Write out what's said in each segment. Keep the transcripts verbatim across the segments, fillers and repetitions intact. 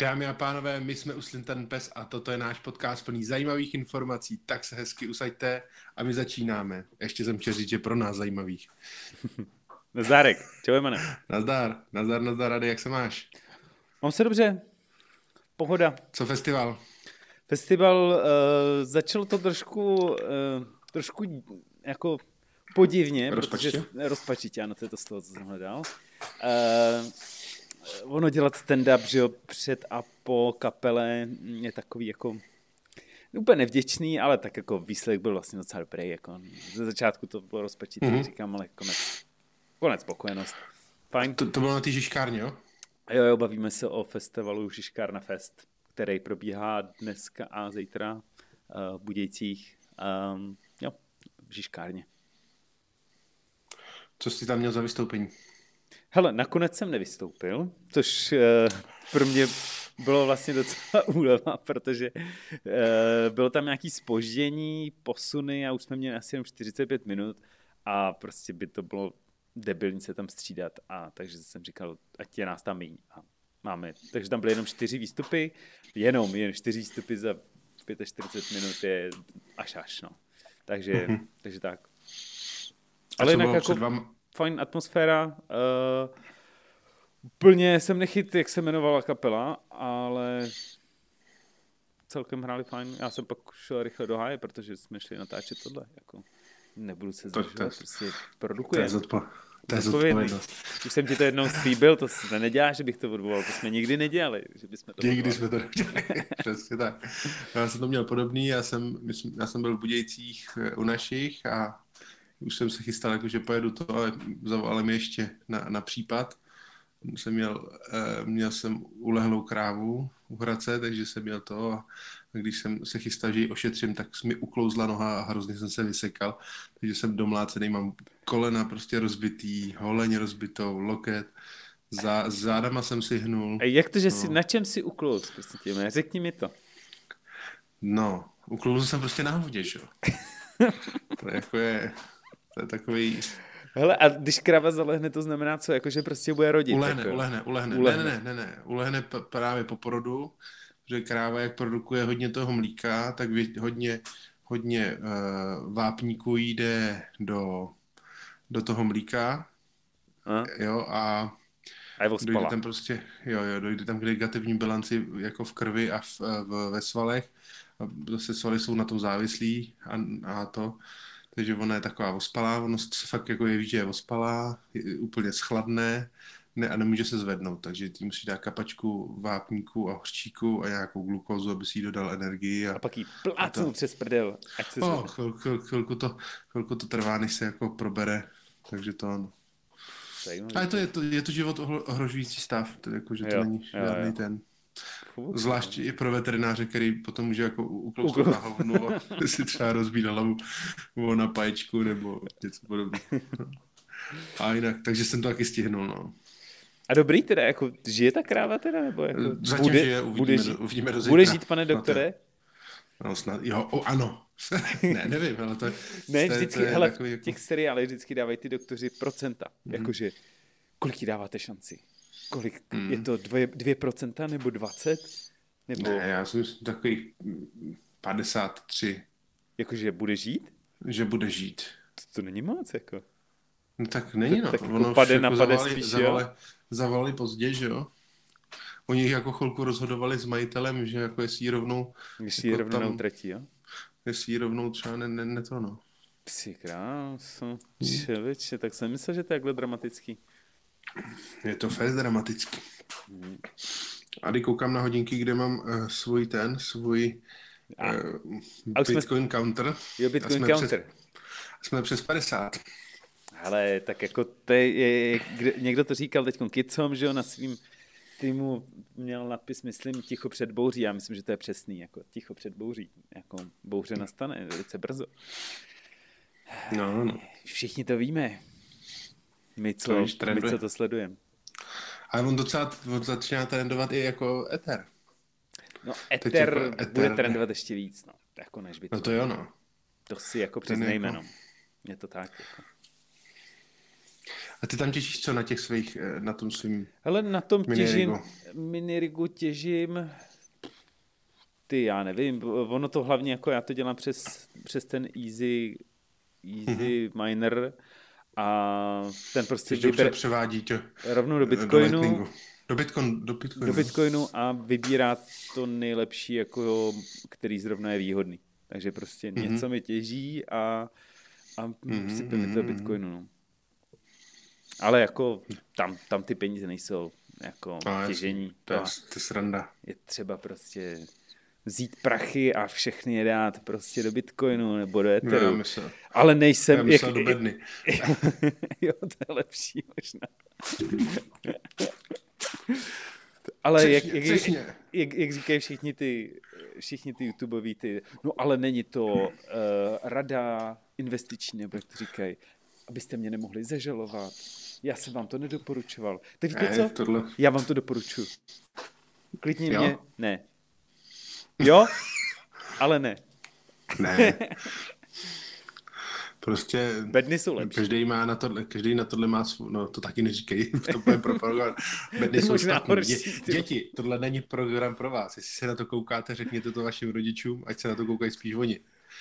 Dámy a pánové, my jsme Uslin ten pes a toto je náš podcast plný zajímavých informací, tak se hezky usaďte a my začínáme. Ještě jsem chtěl říct, že pro nás zajímavých. Nazdárek, čau Jemane. Nazdar, nazdar, nazdar, Rady, jak se máš? Mám se dobře, pohoda. Co festival? Festival, uh, začalo to trošku, uh, trošku jako podivně, Rozpačitě? protože rozpačitě, ano, to je to slovo, co jsem hledal. Uh, ono dělat stand-up, že jo, před a po kapele je takový jako úplně nevděčný, ale tak jako výsledek byl vlastně docela dobrý, jako ze začátku to bylo rozpačitý, mm-hmm. říkám, ale konec, konec spokojenost. Fajn. To, to bylo na té Žižkárně, jo? Jo, jo, bavíme se o festivalu Žižkárna Fest, který probíhá dneska a zítra uh, v Budějcích, um, jo, v Žižkárně. Co jsi tam měl za vystoupení? Hele, nakonec jsem nevystoupil, což uh, pro mě bylo vlastně docela úleva, protože uh, bylo tam nějaké zpoždění, posuny a už jsme měli asi jenom čtyřicet pět minut a prostě by to bylo debilní se tam střídat, a takže jsem říkal, ať je nás tam míň. A máme, takže tam byly jenom čtyři výstupy, jenom jen čtyři výstupy za čtyřicet pět minut je až až, no. Takže, mm-hmm. takže tak. Ale jinak jako vám... fajn atmosféra. Uh, úplně jsem nechyt, jak se jmenovala kapela, ale celkem hráli fajn. Já jsem pak šel rychle do háje, protože jsme šli natáčet tohle. Jako, nebudu se zdržovat, prostě produkujeme. To je zodpo- to je zodpovědnost. Už jsem ti to jednou slíbil, to se nedělá, že bych to odvolal, to jsme nikdy nedělali. Že bychom to nikdy jsme to nedělali, přesně tak. Já jsem to měl podobný, já jsem, já jsem byl v Budějcích u našich a už jsem se chystal, jako, že pojedu to, ale zavolali mi ještě na, na případ. Jsem měl, měl jsem ulehlou krávu u Hradce, takže jsem měl to a když jsem se chystal, že ji ošetřím, tak mi uklouzla noha a hrozně jsem se vysekal, takže jsem domlácený, mám kolena prostě rozbitý, holeň rozbitou, loket, Zá, zádama jsem si hnul. A jak to, že no. jsi, na čem si uklouz, prostě tě, řekni mi to. No, uklouzl jsem prostě na hovdě, že jo. To je jako je, to je takový... Hele, a když kráva zalehne, to znamená co? Jako, že prostě bude rodit? Ulehne, jako... ulehne, ulehne, ulehne. Ne, ne, ne, ne, ulehne p- právě po porodu, že kráva, jak produkuje hodně toho mlíka, tak vě- hodně, hodně uh, vápníků jde do, do toho mlíka, a? jo, a, a dojde tam prostě, jo, jo, dojde tam k negativní bilanci jako v krvi a v, v, ve svalech, a zase svaly jsou na tom závislí a, a to... Takže ona je taková ospalá, ono se fakt jako jeví, že je ospalá, je úplně schladné ne, a nemůže se zvednout, takže ty musí dát kapačku vápníku a hořčíku a nějakou glukózu, aby si jí dodal energii. A, a pak jí plácnu to... přes prdel. Ať se oh, chvilku, chvil, chvilku, to, chvilku to trvá, než se jako probere, takže to ano. A je to, je to, je to život ohrožující stav, to jako, že to jo, není žádný jo. ten... Zvlášť i pro veterináře, který potom může jako uklouznout na hovnu a si třeba rozbít hlavu na paječku nebo něco podobného. A jinak, takže jsem to taky stihnul, no. A dobrý teda, jako žije ta kráva teda, nebo jako... Zatím bude, žije, uvidíme, bude, do, uvidíme do zítra. Bude žít, pane doktore? No snad, jo, o, ano. ne, nevím, ale to je... Ne, to, vždycky, to je hele, takový, v těch seriálech vždycky dávají ty doktoři procenta, mm. jakože kolik jí dáváte šanci? Kolik, mm. je to dvě procenta nebo dvacet? Nebo... Ne, já jsem takový padesát tři. Jakože bude žít? Že bude žít. To, to není moc, jako. No tak není, no. Tak ono pade jako na pade zavali, spíš, zavali, zavali pozdě, že jo? Oni jako chvilku rozhodovali s majitelem, že jako jestli jí rovnou... Jestli jí jako rovnou tam, neutratí, jo? Jestli jí rovnou třeba ne, ne, ne to, no. Psi krásu, čeveče, tak jsem myslel, že to je takhle dramatický. Je to fest dramatický. Hmm. A když koukám na hodinky, kde mám uh, svůj ten, svůj uh, Bitcoin jsme... counter. Jo, Bitcoin counter. Přes, jsme přes padesát. Ale tak jako to je, je, je, někdo to říkal teďkon Kicom, že jo, na svým týmu měl nadpis, myslím, ticho před bouří. Já myslím, že to je přesný, jako ticho před bouří. Jako bouře nastane velice brzo. No, no. Všichni to víme. My, co to, my, co to sledujeme. Ale on docela on začíná trendovat i jako Ether. No Ether jako bude Ether, trendovat ještě víc, no. Jako než Bitcoin. No to jo, no. To si jako přiznejme, jako... no. Je to tak, jako. A ty tam těšíš co na těch svých, na tom svým Hele, na tom těžím, minirigu? minirigu těžím, ty, já nevím, ono to hlavně jako já to dělám přes, přes ten easy, easy mm-hmm. miner a ten prostě Takže vybere převádí tě rovnou do Bitcoinu, do, do, Bitcoin, do Bitcoinu, do Bitcoinu a vybírá to nejlepší, jako, který zrovna je výhodný. Takže prostě mm-hmm. něco mi těží a, a mm-hmm. sype mi to Bitcoinu. No. Ale jako tam, tam ty peníze nejsou jako no, těžení. To je, to je sranda. Je třeba prostě vzít prachy a všechny je dát prostě do Bitcoinu nebo do Etheru. No, myslel, ale nejsem... Já myslel jak, do bedny. Jo, to je lepší možná. Ale přesně, jak, jak, jak, jak, jak říkají všichni ty, všichni ty YouTubeoví ty, no ale není to uh, rada investiční, nebo jak to říkají, abyste mě nemohli zažalovat. Já jsem vám to nedoporučoval. Tak víte ne, co? Tohle... Já vám to doporučuji. Klidně jo? mě... Ne. Jo? Ale ne. Ne. Prostě bedny jsou lepší. Každý má na tohle, každý na tohle má svůj, no to taky neříkej, to bude propagovat. Bedny jsou špatný. Dě, děti, tohle není program pro vás. Jestli se na to koukáte, řekněte to vašim rodičům, ať se na to koukají spíš oni.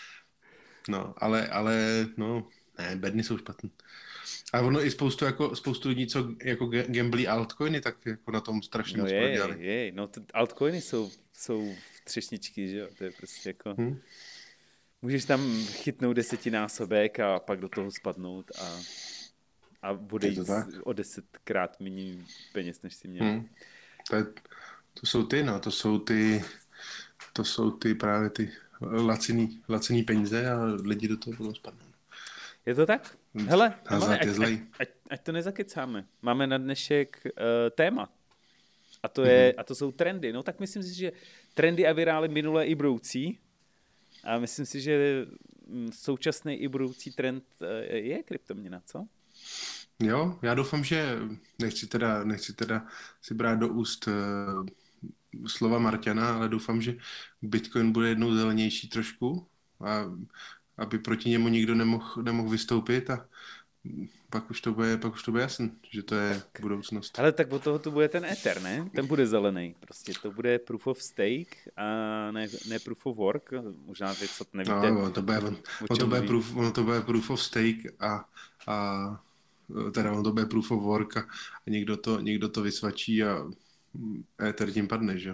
No, ale, ale, no, ne, bedny jsou špatný. A ono i spoustu, jako, spoustu lidí, co jako gamblí altcoiny, tak jako na tom strašně no moc prodělali. Je, je, no to, altcoiny jsou, jsou třešničky, že jo, to je prostě jako... Hmm. Můžeš tam chytnout desetinásobek a pak do toho spadnout a, a bude jít o desetkrát méně peněz, než si měl. Hmm. To, je, to jsou ty, no, to jsou ty, to jsou ty právě ty laciný, laciný peníze a lidi do toho budou spadnout. Je to tak? Hele, máme, ať, ať, ať, ať to nezakecáme. Máme na dnešek uh, téma. A to, je, mm-hmm. a to jsou trendy. No tak myslím si, že trendy a virály minulé i budoucí. A myslím si, že současný i budoucí trend je kryptoměna, co? Jo, já doufám, že nechci teda, nechci teda si brát do úst uh, slova Marťana, ale doufám, že Bitcoin bude jednou zelenější trošku, a aby proti němu nikdo nemohl, nemohl vystoupit a pak už to bude, pak už to bude jasný, že to je tak, budoucnost. Ale tak od toho to bude ten Ether, ne? Ten bude zelený. Prostě to bude proof of stake a ne, ne proof of work. Možná vy, co nevíte. No, to bude, on, on to bude proof, on to bude proof of stake a, a teda on to bude proof of work a, a někdo, to, někdo to vysvačí a Ether tím padne, že?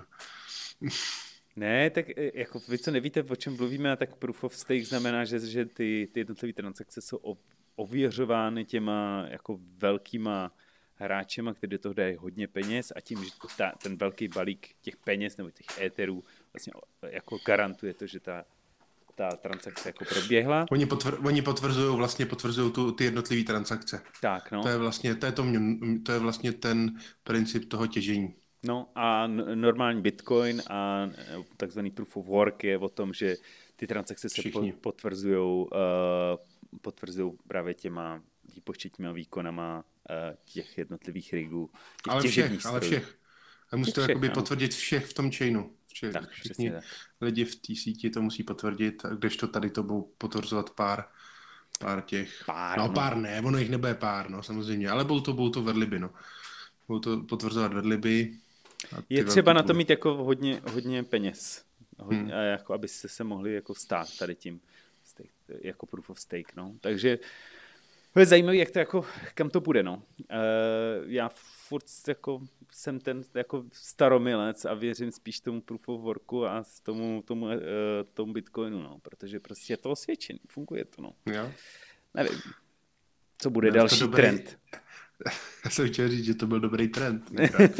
Ne, tak jako vy, co nevíte, o čem mluvíme, tak proof of stake znamená, že, že ty, ty jednotlivé transakce jsou ověřovány těma jako velkýma hráčema, který do toho dají hodně peněz a tím, že ta, ten velký balík těch peněz nebo těch éterů vlastně jako garantuje to, že ta, ta transakce jako proběhla. Oni, potvr, oni potvrzují vlastně potvrzují tu, ty jednotlivé transakce. Tak, no. To je vlastně, to je to, to je vlastně ten princip toho těžení. No a normální Bitcoin a takzvaný proof of work je o tom, že ty transakce se po, potvrzujou uh, potvrzují právě těma výpočetníma výkonama uh, těch jednotlivých rigů. Těch ale všech, ale všech. A musíte jakoby potvrdit všech v tom chainu. Všech, tak, všichni lidi v té síti to musí potvrdit, kdežto tady to budou potvrzovat pár, pár těch. Pár, no, no pár ne, ono jich nebude pár, no samozřejmě, ale budou to, budou to vedliby, no. Budou to potvrzovat vedliby. Je třeba na to mít jako hodně, hodně peněz, hodně, hmm. a jako abyste se mohli jako stát tady tím stake, jako proof of stake, no. Takže je zajímavé, jak to jako, kam to půjde, no. Uh, já furt jako jsem ten jako staromilec a věřím spíš tomu proof of worku a tomu, tomu, uh, tomu Bitcoinu, no, protože prostě je to osvědčený, funguje to, no. Jo. Nevím, co bude no, další dobrý trend. Já jsem chtěl říct, že to byl dobrý trend.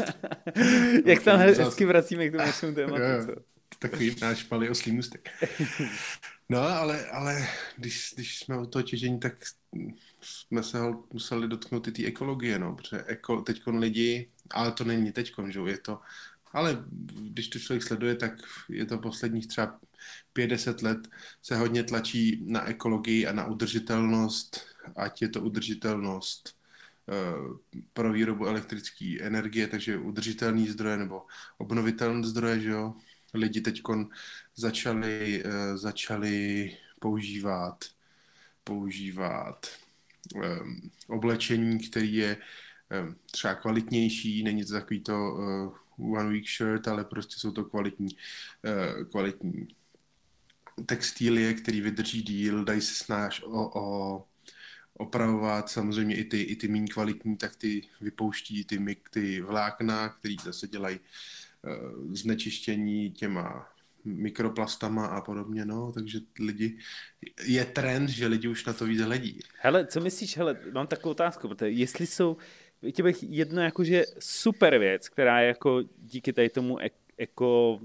Jak tam hezky vracíme k tomu našemu tématu, co? Takový náš malý oslý můstek. No, ale, ale když, když jsme o toho těžení, tak jsme se ho museli dotknout i té ekologie, no, protože eko, teďkon lidi, ale to není teďkon, že je to, ale když to člověk sleduje, tak je to posledních třeba pět deset let se hodně tlačí na ekologii a na udržitelnost, ať je to udržitelnost pro výrobu elektrické energie, takže udržitelný zdroje nebo obnovitelné zdroje, že jo. Lidi teďkon začali, začali používat, používat um, oblečení, který je um, třeba kvalitnější, není to takový to uh, one week shirt, ale prostě jsou to kvalitní, uh, kvalitní textilie, který vydrží díl, dají se snáš o, o opravovat, samozřejmě i ty, i ty méně kvalitní, tak ty vypouští ty, mik, ty vlákna, který zase dělají uh, znečištění těma mikroplastama a podobně, no, takže lidi, je trend, že lidi už na to víc hledí. Hele, co myslíš, hele, mám takovou otázku, protože jestli jsou, tě bych jedno jakože super věc, která je jako díky tady tomu ek, eko,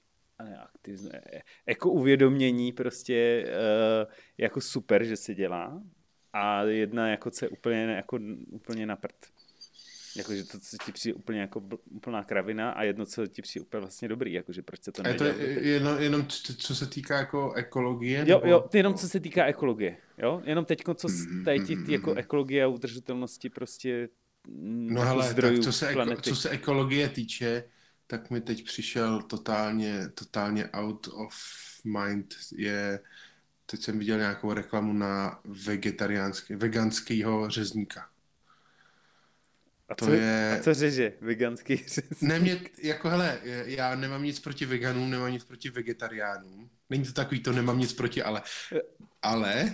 jako uvědomění prostě uh, jako super, že se dělá, a jedna jako co je úplně, jako, úplně na prd. Jakože to, co ti přijde úplně jako úplná kravina, a jedno, co ti přijde úplně vlastně dobrý, jakože proč se to nedělá. A to je jenom, jenom co se týká jako ekologie? Jo, nebo... jo, jenom co se týká ekologie, jo, jenom teďko, co tady ti ty jako ekologie a udržitelnosti prostě no jako hele, zdrojů tak co se, planety. eko, co se ekologie týče, tak mi teď přišel totálně, totálně out of mind, je, teď jsem viděl nějakou reklamu na vegetariánský, veganskýho řezníka. A co, to je... a co řeže veganský řezník? Ne, mě, jako hele, já nemám nic proti veganům, nemám nic proti vegetariánům. Není to takový, to nemám nic proti, ale, ale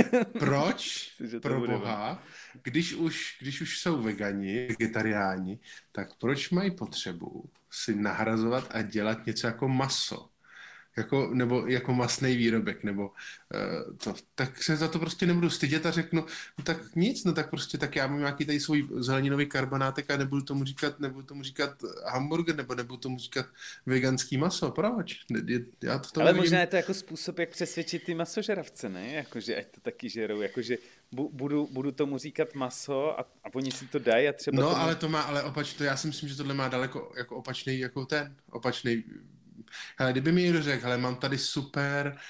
proč, pro boha, když už, když už jsou vegani, vegetariáni, tak proč mají potřebu si nahrazovat a dělat něco jako maso? Jako, nebo jako masný výrobek, nebo uh, to, tak se za to prostě nebudu stydět a řeknu, no tak nic, no tak prostě, tak já mám nějaký tady svůj zeleninový karbonátek a nebudu tomu říkat, nebudu tomu říkat hamburger, nebo nebudu tomu říkat veganský maso, proč? Já to Ale nevidím. Možná je to jako způsob, jak přesvědčit ty masožravce, ne? Jakože ať to taky žerou, jakože bu, budu, budu tomu říkat maso a, a oni si to dají a třeba... No, tomu... ale to má, ale opačně, to já si myslím, že tohle má daleko jako opačný, jako ten, opačný. Hele, kdyby mi někdo řekl, hele, mám tady super,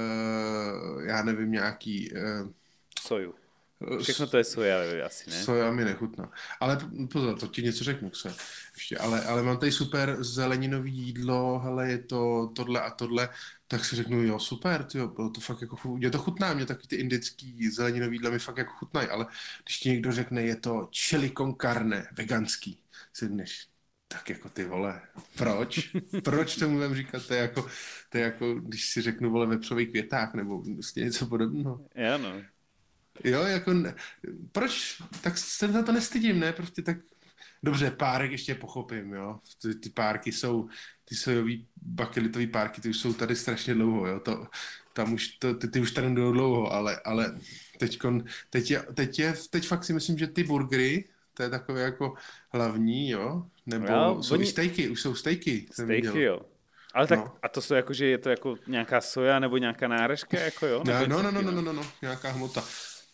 uh, já nevím, nějaký... Uh, Soju. Všechno to je soja, asi, ne? Soja mi nechutná. Ale pozor, to ti něco řeknu, se. Ještě, ale, ale mám tady super zeleninový jídlo, hele, je to tohle a tohle, tak si řeknu, jo, super, tyjo, to fakt jako, mě to chutná, mě taky ty indický zeleninový jídla mi fakt jako chutnají, ale když ti někdo řekne, je to chili con carne, veganský, si dneš, tak jako ty vole, proč? Proč tomu budem říkat? To je jako, to je jako když si řeknu, vole, vepřový květák, nebo vlastně něco podobného. Já no. Jo, jako, proč? Tak se na to nestydím, ne? Prostě tak, dobře, párek ještě pochopím, jo. Ty, ty párky jsou, ty sojový bakelitový párky, ty už jsou tady strašně dlouho, jo. To, tam už, to, ty, ty už tady jdou dlouho, ale, ale teďkon, teď, je, teď, je, teď fakt si myslím, že ty burgery, to je takové jako hlavní, jo. Nebo jo, jsou oni... i stejky, už jsou stejky. Stejky, jo. Ale tak, no. A to jsou jako, že je to jako nějaká soja nebo nějaká náhražka, jako jo? No, no, no, no, no, no, no, no, nějaká hmota.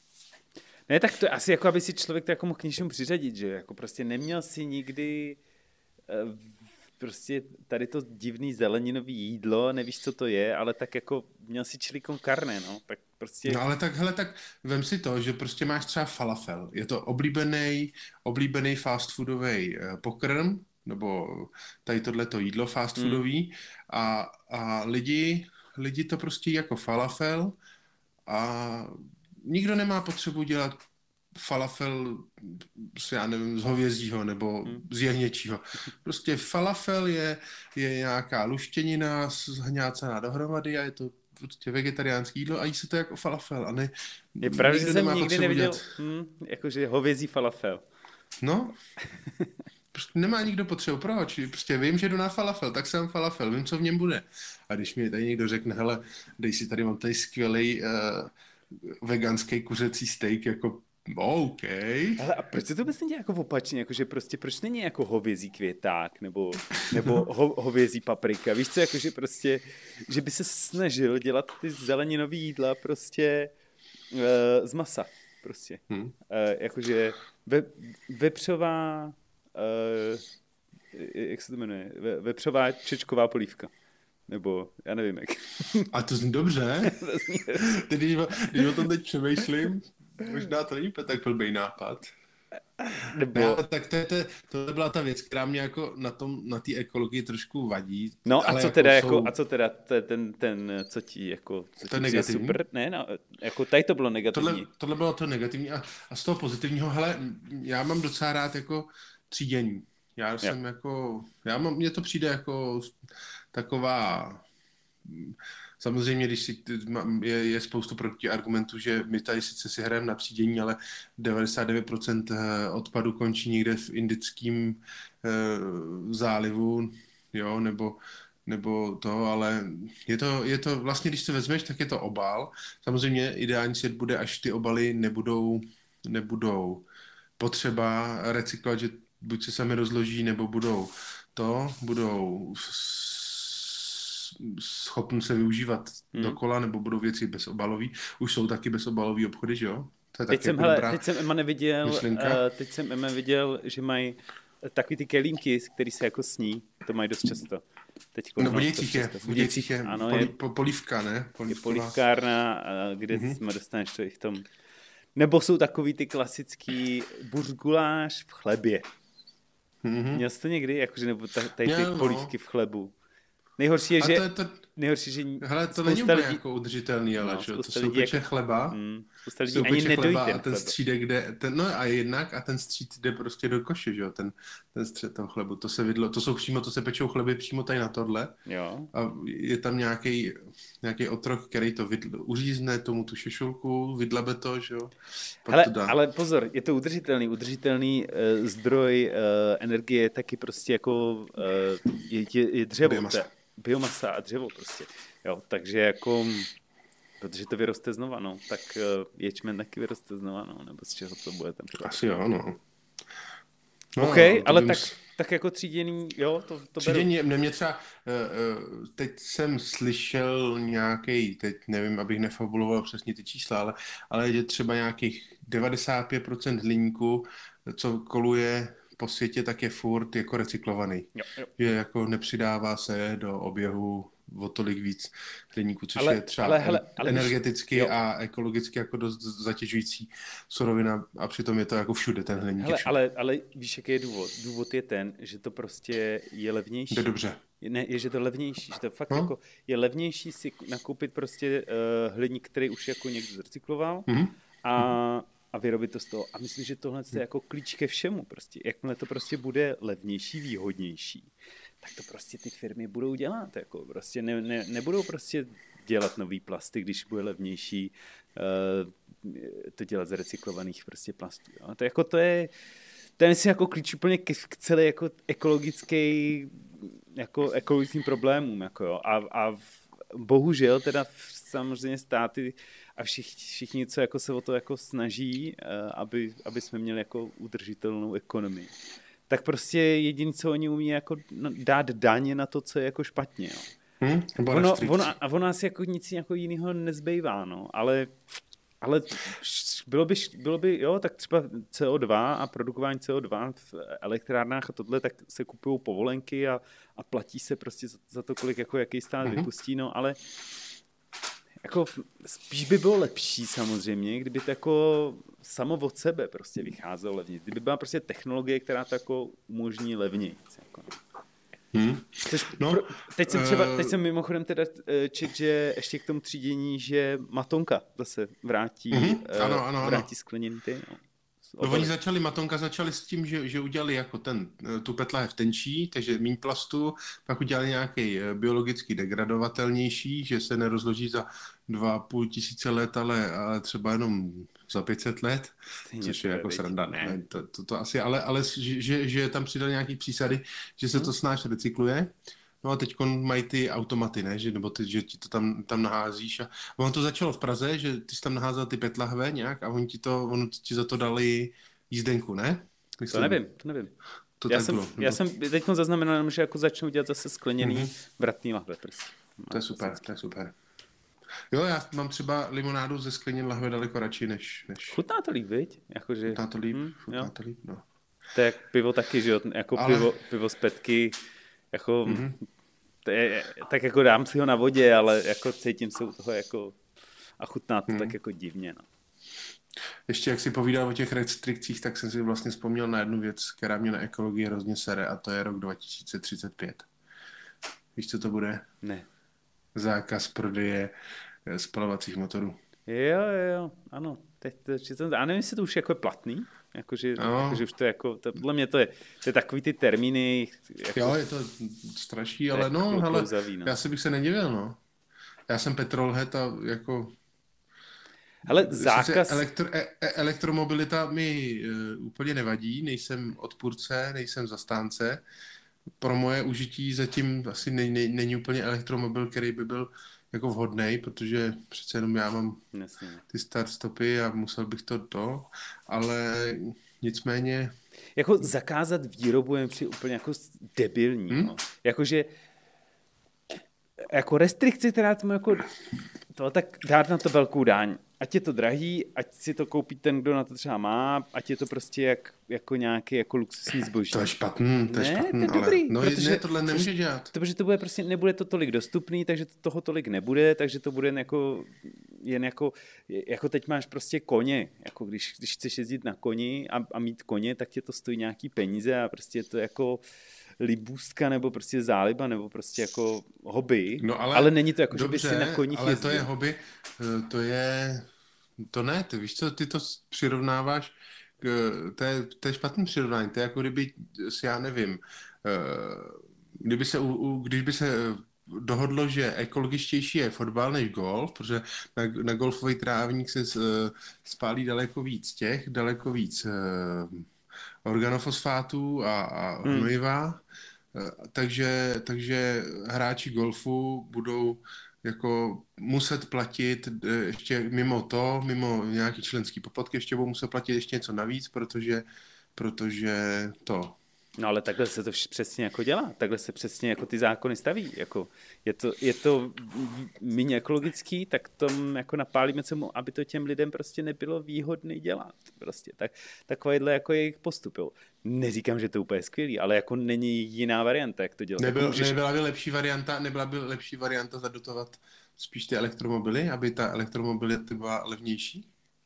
Ne, tak to je asi jako, aby si člověk to jako mohl k něčemu přiřadit, že jako prostě neměl si nikdy prostě tady to divný zeleninový jídlo, nevíš, co to je, ale tak jako měl si chili con carne, no, tak prostě... No ale tak, hele, tak vem si to, že prostě máš třeba falafel, je to oblíbený, oblíbený fast foodový pokrm, nebo tady tohleto jídlo fast foodový hmm. a, a lidi, lidi to prostě jako falafel a nikdo nemá potřebu dělat falafel z, já nevím, z hovězího nebo z jehněčího. Prostě falafel je, je nějaká luštěnina zhňácená dohromady a je to prostě vegetariánský jídlo a jí se to jako falafel. A ne, je pravda, že jsem nikdy neviděl hm, jakože hovězí falafel. No, prostě nemá nikdo potřebu. Proč? Prostě vím, že jdu na falafel, tak jsem falafel, vím, co v něm bude. A když mi tady někdo řekne, hele, dej si tady, mám tady skvělej uh, veganský kuřecí steak, jako OK. Ale a proč se to vlastně dělá jako opačně, jakože prostě proč není jako hovězí květák, nebo, nebo ho, hovězí paprika, víš co, jakože prostě, že by se snažil dělat ty zeleninový jídla prostě uh, z masa, prostě. Hmm. Uh, jakože ve, vepřová, uh, jak se to jmenuje, ve, vepřová čečková polívka. Nebo, já nevím jak. A to zní dobře. Když, když o tom teď přemýšlím, možná to není tak blbý nápad. Nebo... Ne, tak to, je, to, to byla ta věc, která mě jako na tom, na té ekologii trošku vadí. No a ale co jako teda, jsou... jako, a co teda ten, ten, co ti, jako, co To je ti přijde negativní? super? Ne, no, jako tady to bylo negativní. Tohle, tohle bylo to negativní a, a z toho pozitivního, hele, já mám docela rád jako třídění. Já jsem jo. jako, já mám, mně to přijde jako taková, samozřejmě, když si, je, je spoustu protiargumentů, že my tady sice si hrajeme na třídění, ale devadesát devět procent odpadu končí někde v Indickém eh, zálivu, jo, nebo nebo to, ale je to, je to vlastně, když to vezmeš, tak je to obal. Samozřejmě ideální svět bude, až ty obaly nebudou, nebudou potřeba recyklovat, že buď se sami rozloží, nebo budou to, budou schopni se využívat hmm. dokola, nebo budou věci bezobalový. Už jsou taky bezobalový obchody, že jo? To je teď, jsem, jako hele, teď jsem Emma neviděl, uh, myšlenka. teď jsem Emma viděl, že mají takový ty kelímky, který se jako sní, to mají dost často. Teďko, no, v Budějcích je, v Budějcích je, ano, poli, je po, polívka, ne? Je polívkárna, kde mm-hmm. jsme dostaneš to i v tom. Nebo jsou takový ty klasický buřguláš v chlebě. Mm-hmm. Měl jsi to někdy? Jakože, nebo tady ty Měl, polívky no. v chlebu. Nejhorší je, a že... To je to... Nejhorší, že... Hele, to není úplně lidí... jako udržitelný, ale no, to jsou peče jak... chleba. Mm, jsou peče chleba a ten střídek jde... Ten, no a jednak a ten stříd jde prostě do koše, že jo? Ten, ten střed toho chlebu. To se vidlo, to jsou přímo, to se pečou chleby přímo tady na tohle. Jo. A je tam nějaký nějaký otrok, který to vidl, uřízne tomu tu šešulku, vydlabe to, že jo? Hele, to dá. Ale pozor, je to udržitelný. Udržitelný uh, zdroj uh, energie je taky prostě jako uh, je, je, je dřevo. Biomasa. biomasa a dřevo prostě. Jo, takže jako, protože to vyroste znova, no, tak uh, ječmen taky vyroste znova, no, nebo z čeho to bude ten produkt. Asi jo, no. no OK, no, ale tak, s... tak jako tříděný, jo, to, to třídění, beru. Mě třeba, uh, teď jsem slyšel nějaký, teď nevím, abych nefabuloval přesně ty čísla, ale, ale je třeba nějakých devadesát pět procent hliníku, co koluje po světě, tak je furt jako recyklovaný. Jo, jo. Že jako nepřidává se do oběhu o tolik víc hliníku, což ale, je třeba ale, hele, ale energeticky víš, a ekologicky jako dost zatěžující surovina a přitom je to jako všude ten hliník. Hele, ale, ale víš, jaký je důvod? Důvod je ten, že to prostě je levnější. To je dobře. Ne, je, že to levnější, že to fakt no. jako je levnější si nakoupit prostě uh, hliník, který už jako někdo zrecykloval mm-hmm. a a vyrobit to z toho. A myslím, že tohle je jako klíč ke všemu. Prostě. Jakmile to prostě bude levnější, výhodnější, tak to prostě ty firmy budou dělat. Jako prostě ne, ne, nebudou prostě dělat nový plasty, když bude levnější uh, to dělat z recyklovaných prostě plastů. Jo. To, jako to je to je myslím jako klíč úplně k, k celé jako ekologické jako ekologickým problémům. Jako jo. A, a bohužel teda samozřejmě státy a všichni, všichni co jako se o to jako snaží, aby, aby jsme měli jako udržitelnou ekonomii. Tak prostě jediné, co oni umí, jako dát daně na to, co je jako špatně. Jo. Hmm, ono, ono, a ono asi jako nic jako jiného nezbývá, no. Ale, ale bylo by, bylo by, jo, tak třeba C O dva a produkování C O dva v elektrárnách a tohle, tak se kupují povolenky a, a platí se prostě za, za to, kolik jako jaký stát mm-hmm. vypustí, no, ale jako spíš by bylo lepší samozřejmě, kdyby to jako samo od sebe prostě vycházelo levně. Kdyby byla prostě technologie, která to jako umožní levněji. Jako. Hmm. Což no, pro, teď jsem třeba, teď jsem mimochodem teda čet, že ještě k tomu třídění, že Matonka zase vrátí, mm-hmm. ano, ano, vrátí ano. skleněný ty. No. No, oni začali, Matonka začali s tím, že, že udělali jako ten, tu petlahev tenčí, takže míň plastu, pak udělali nějaký biologicky degradovatelnější, že se nerozloží za dva a půl tisíce let, ale, ale třeba jenom za pět set let, Stejně což je jako sranda, ne, to, to, to asi, ale, ale že, že tam přidali nějaký přísady, že se hmm. to snáš recykluje. No a teď mají ty automaty, ne? Že, nebo ty, že ti to tam, tam naházíš. A ono to začalo v Praze, že ty jsi tam naházel ty petlahve nějak a oni ti, to, ono ti za to dali jízdenku, ne? Myslím, to nevím, to nevím. To já, jsem, bylo, já jsem teď zaznamenal, že jako začnou dělat zase skleněný mm-hmm. vratný lahve. Prostě. To je super, to je super. Jo, já mám třeba limonádu ze skleněn lahve daleko radši, než... než... Chutná to líp, viď? Jakože... Chutná to líp, hmm, chutná to líp, no. To je jak pivo taky, že jo? Jako Ale... pivo, pivo z petky, jako... Mm-hmm. To je, tak jako dám si ho na vodě, ale jako cítím se u toho jako a chutná to hmm. tak jako divně, no. ještě jak si povídal o těch restrikcích, tak jsem si vlastně vzpomněl na jednu věc, která mě na ekologii hrozně sere, a to je rok dva tisíce třicet pět. Víš, co to bude? Ne. Zákaz prodeje spalovacích motorů. Jo, jo, jo, ano. Teď to čítám, a nevím, jestli to už jako je platný, jakože, no. jakože už to jako, to, podle mě to je, to je takový ty termíny. Jako, jo, je to strašný, ale no, hele, no. já si bych se nedivil, no. Já jsem petrolhead a jako... Ale zákaz... Elektro, e, elektromobilita mi uh, úplně nevadí, nejsem odpůrce, nejsem zastánce. Pro moje užití zatím asi ne, ne, není úplně elektromobil, který by byl jako vhodnej, protože přece jenom já mám Jasně. ty start stopy a musel bych to to, ale nicméně... Jako zakázat výrobu je při úplně jako debilní. Hmm? No. Jakože jako restrikci, která tomu jako to, tak dát na to velkou daň. Ať je to drahý, ať si to koupí ten, kdo na to třeba má, ať je to prostě jak, jako nějaký jako luxusní zboží. To je špatný, to je ne, špatný, to je dobrý, ale no, protože, ne, tohle nemůže dělat. Protože to bude prostě, nebude to tolik dostupný, takže to, toho tolik nebude, takže to bude jen jako, jen jako, jako teď máš prostě koně, jako když, když chceš jezdit na koni a, a mít koně, tak tě to stojí nějaký peníze a prostě je to jako libůstka nebo prostě záliba nebo prostě jako hobby, no ale, ale není to jako, dobře, že by si na koních ale jezdil. to je hobby, to je, to ne, ty víš co, ty to přirovnáváš k, to je, to je špatný přirovnání, to je jako kdyby, já nevím, kdyby se, když by se dohodlo, že ekologičtější je fotbal než golf, protože na, na golfový trávník se spálí daleko víc těch, daleko víc organofosfátů a, a hnojiva, hmm. takže, takže hráči golfu budou jako muset platit ještě mimo to, mimo nějaký členský poplatky, ještě budou muset platit ještě něco navíc, protože, protože to... No ale takhle se to přesně jako dělá, takhle se přesně jako ty zákony staví, jako je to, je to méně ekologický, tak tom jako napálíme cemu, aby to těm lidem prostě nebylo výhodné dělat, prostě tak, takovýhle jako je jejich postup, jo. Neříkám, že to je úplně skvělý, ale jako není jiná varianta, jak to dělat. Nebyl, můžeš... Nebyla by lepší varianta, nebyla by lepší varianta zadotovat spíš ty elektromobily, aby ta elektromobilita byla levnější?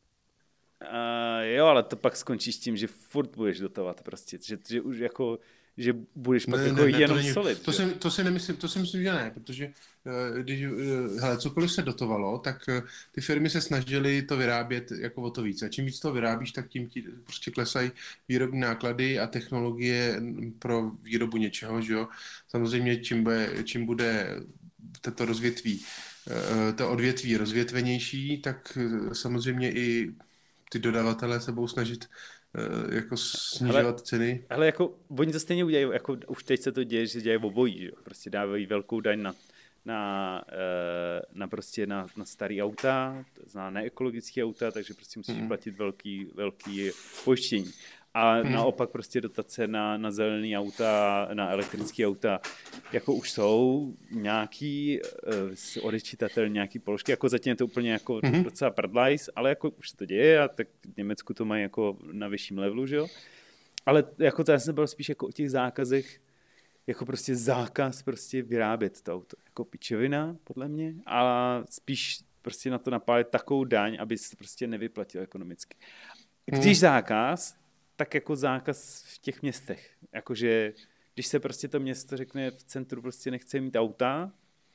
Uh, jo, ale to pak skončíš tím, že furt budeš dotovat prostě, že, že už jako, že budeš pak ne, jako ne, ne, jenom to není, solit. To si, to si nemyslím, to si myslím, že ne, protože uh, když, uh, hele, cokoliv se dotovalo, tak uh, ty firmy se snažily to vyrábět jako o to víc. A čím víc to vyrábíš, tak tím ti prostě klesají výrobní náklady a technologie pro výrobu něčeho, že jo. Samozřejmě čím bude, čím bude toto rozvětví, uh, to odvětví rozvětvenější, tak uh, samozřejmě i ty dodavatelé se budou snažit uh, jako snižovat ale, ceny. Ale jako oni to stejně udělají, jako už teď se to děje, že dělají obojí, že jo? Prostě dávají velkou daň na, na, na prostě na, na starý auta, to znamená neekologické auta, takže prostě musíš mm. platit velký, velký pojištění. A hmm. naopak prostě dotace na, na zelený auta, na elektrické auta, jako už jsou nějaký uh, odečitatelné nějaký položky, jako zatím je to úplně jako hmm. docela prdlajs, ale jako už se to děje a tak v Německu to mají jako na vyšším levelu, že jo. Ale jako to já jsem byl spíš jako o těch zákazech, jako prostě zákaz prostě vyrábět to auto, jako pičovina podle mě, a spíš prostě na to napálit takovou daň, aby se to prostě nevyplatil ekonomicky. Když hmm. zákaz, tak jako zákaz v těch městech. Jakože, když se prostě to město řekne v centru prostě nechce mít auta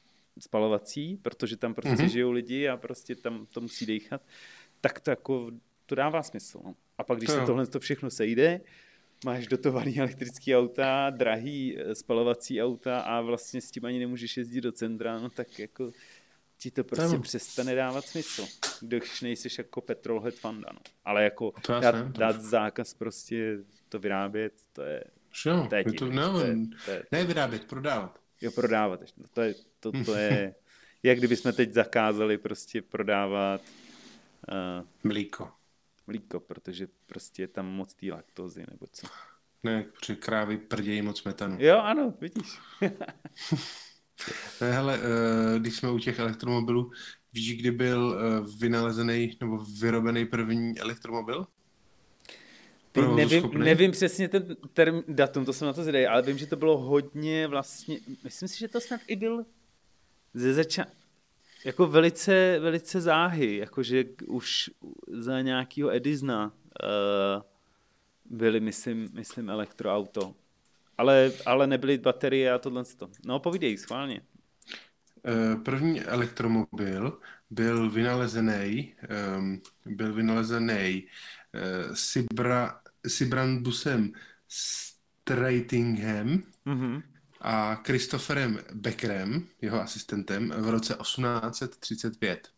spalovací, protože tam prostě mm-hmm. žijou lidi a prostě tam to musí dejchat, tak to jako, to dává smysl. No. A pak, když to se tohle to všechno sejde, máš dotovaný elektrický auta, drahý spalovací auta a vlastně s tím ani nemůžeš jezdit do centra, no tak jako ti to prostě tam přestane dávat smysl, když nejsiš jako petrolhead fanda, no. Ale jako dát, jsem, dát zákaz prostě to vyrábět, to je... Šo, to je, to, no, to je, to je ne vyrábět, prodávat. Jo, prodávat. To je, to, to je jak kdybychom teď zakázali prostě prodávat uh, mlíko. Mlíko, protože prostě je tam moc té laktózy, nebo co. Ne, protože krávy prdějí moc metanu. Jo, ano, vidíš. Hele, když jsme u těch elektromobilů, víš, kdy byl vynalezený nebo vyrobený první elektromobil? Nevím, nevím přesně ten term, datum, to jsem na to zvědavý, ale vím, že to bylo hodně vlastně, myslím si, že to snad i byl ze začátku, jako velice, velice záhy, jakože už za nějakého Edisona uh, byly, myslím, myslím elektroauto. Ale, ale nebyly baterie a tohle. No, povídej, schválně. První elektromobil byl vynalezený, um, byl vynalezený uh, Sibra, Sibrandusem Streitinghem mm-hmm. a Christopherem Beckerem, jeho asistentem, v roce osmnáct set třicet pět.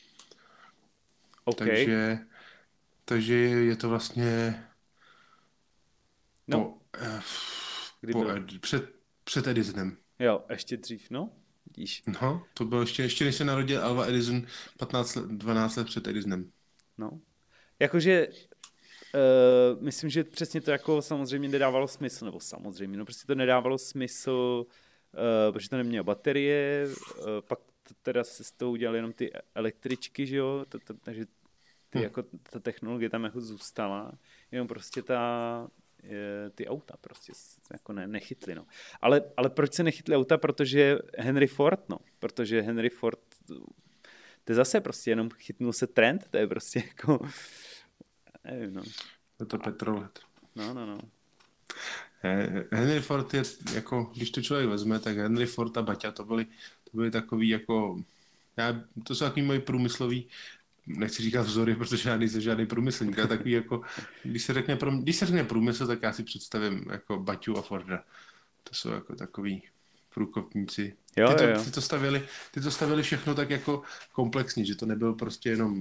Okay. Takže, takže je to vlastně no. po, uh, po Ed, před, před Edisonem. Jo, ještě dřív, no. Vidíš. No, to bylo ještě, ještě než se narodil Alva Edison patnáct let, dvanáct let před Edisonem. No, jakože uh, myslím, že přesně to jako samozřejmě nedávalo smysl, nebo samozřejmě, no prostě to nedávalo smysl, uh, protože to nemělo baterie, uh, pak to teda se z toho udělali jenom ty električky, že jo, to, to, takže ty, hmm. jako, ta technologie tam jako zůstala, jenom prostě ta ty auta prostě jako ne, nechytli, no. Ale, ale proč se nechytli auta? Protože Henry Ford, no. Protože Henry Ford, to je zase prostě jenom chytnul se trend, to je prostě jako, nevím, no. Je to petrolet. No, no, no. Henry Ford je, jako, když to člověk vezme, tak Henry Ford a Baťa, to byly, to byly takový jako, já, to jsou takový moji průmyslový, nechci říkat vzory, protože já nejsem žádný průmyslník, ale takový jako, když se řekne, když se řekne průmysl, tak já si představím jako Baťu a Forda. To jsou jako takový průkopníci. Jo, ty, to, jo. ty, to stavili, ty to stavili všechno tak jako komplexně, že to nebyl prostě jenom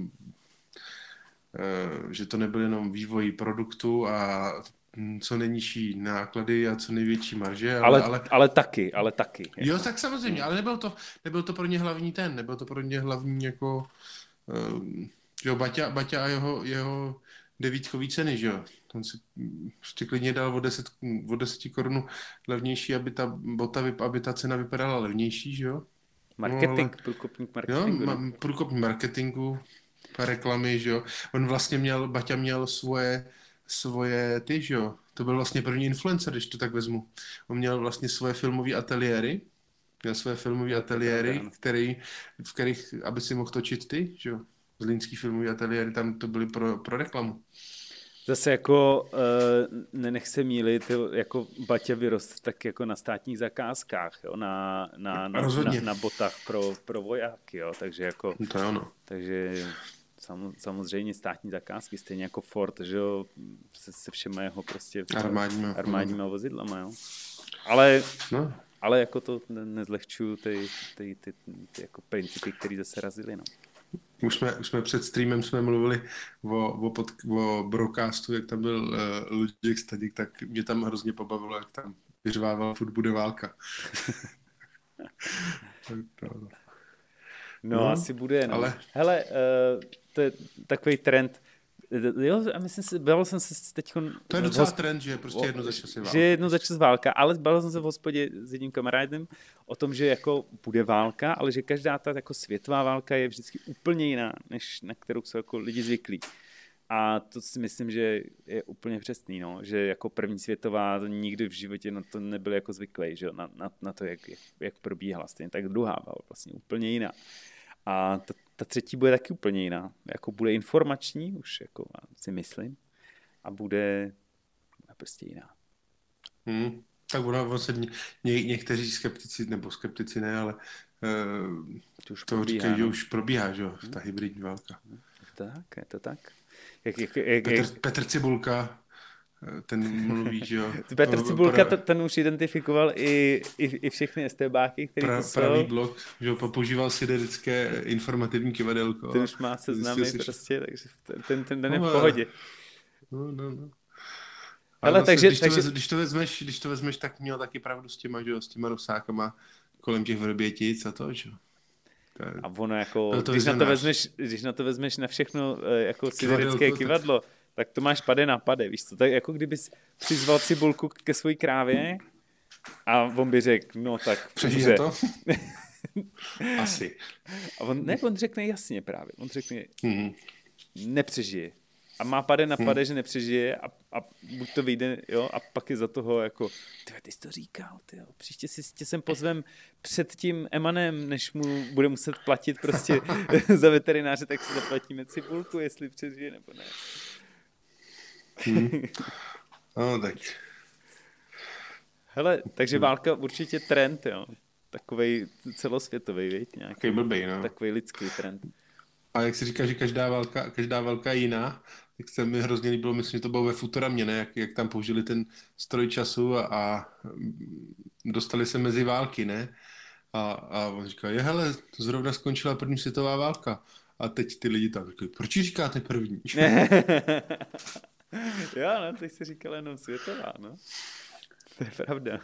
uh, že to nebyl jenom vývoj produktu a co nejnižší náklady a co největší marže. Ale, ale, ale, ale taky, ale taky. Jo, tak samozřejmě, ale nebyl to, nebyl to pro ně hlavní ten, nebyl to pro ně hlavní jako Uh, jo, Baťa, Baťa a jeho, jeho devítkový ceny, že jo. On si prostě klidně dal o deset, o deset korun levnější, aby ta bota, aby ta cena vypadala levnější, že jo. Marketing, no, ale, průkopník marketingu. Jo, ma, průkopník marketingu, reklamy, že jo. On vlastně měl, Baťa měl svoje, svoje ty, že jo. To byl vlastně první influencer, když to tak vezmu. On měl vlastně svoje filmové ateliéry, Měl své filmové ateliéry, který, v kterých, aby si mohl točit ty, že jo, zlínský filmový ateliéry, tam to byly pro, pro reklamu. Zase jako, uh, nenech se mýlit, jako Baťa vyrost tak jako na státních zakázkách, jo, na, na, na, na, na botách pro, pro vojáky, jo, takže jako, to je ono. Takže samozřejmě státní zakázky, stejně jako Ford, že jo, se, se všema jeho prostě armádníma, armádníma vozidlama, jo. Ale... No. Ale jako to nezlehčuju ty, ty, ty, ty jako principy, které zase razily, no. Už jsme, už jsme před streamem jsme mluvili o, o, pod, o broadcastu, jak tam byl uh, Luděk Staněk, tak mě tam hrozně pobavilo, jak tam vyřvával, furt bude válka. no, no, asi bude, no. Ale... Hele, uh, to je takový trend. Jo, a myslím si, bavil jsem se teď... To je docela hosp... trend, že je prostě jedno za čas je válka. Že jedno za čas válka, ale bavil jsem se v hospodě s jedním kamarádem o tom, že jako bude válka, ale že každá ta jako světová válka je vždycky úplně jiná, než na kterou jsou jako lidi zvyklí. A to si myslím, že je úplně přesný, no, že jako první světová nikdy v životě na to nebyl jako zvyklý, že na, na, na to, jak, jak, jak probíhala, stejně tak druhá válka vlastně úplně jiná. A ta, ta třetí bude taky úplně jiná. Jako bude informační, už jako si myslím, a bude prostě jiná. Hmm, tak ono vlastně ně, někteří skeptici, nebo skeptici ne, ale uh, to, už to probíhá, říkají, no? Že už probíhá, že jo, ta hybridní válka. Je to tak, je to tak. Jak, jak, jak, Petr, jak... Petr Cibulka, ten mluví, že jo. Petr Cibulka, pra... ten už identifikoval i, i, i všechny STBáky, které pra, to jsou. Pravý blok, že jo, používal siderické informativní kivadelko. Ten už má seznamy prostě, takže ten, ten, ten je v pohodě. No, no, no. Ale vlastně, takže, když, takže... To vez, když, to vezmeš, když to vezmeš, tak měl taky pravdu s těma, že jo, s těma rusákama kolem těch Vrbětic a to, že jo. To je... A ono jako, když na, to vezmeš, když na to vezmeš na všechno jako siderické kivadlo, tak... tak to máš pade na pade, víš co, tak jako kdybys přizval Cibulku ke své krávě a on by řekl, no tak přežije to? Asi. A on, ne, on řekne jasně právě, on řekne, mm-hmm. nepřežije. A má pade na pade, mm. že nepřežije a, a buď to vyjde, jo, a pak je za toho jako, ty, ty jsi to říkal, ty jo, příště si tě sem pozvem před tím Emanem, než mu bude muset platit prostě za veterináře, tak si zaplatíme cibulku, jestli přežije nebo ne. Hmm. No, tak. Hele, takže válka určitě trend, jo. Takovej celosvětový, viď? Nějaký, takový blbej, no. Takový lidský trend. A jak se říká, že každá válka, každá válka je jiná, tak se mi hrozně líbilo, myslím, že to bylo ve Futuramě, ne? Jak, jak tam použili ten stroj času a, a dostali se mezi války, ne? A, a on říká, je hele, zrovna skončila první světová válka. A teď ty lidi tam říkají, proč ji říkáte první? Jo, no, teď se říkala jenom světová, no. To je pravda.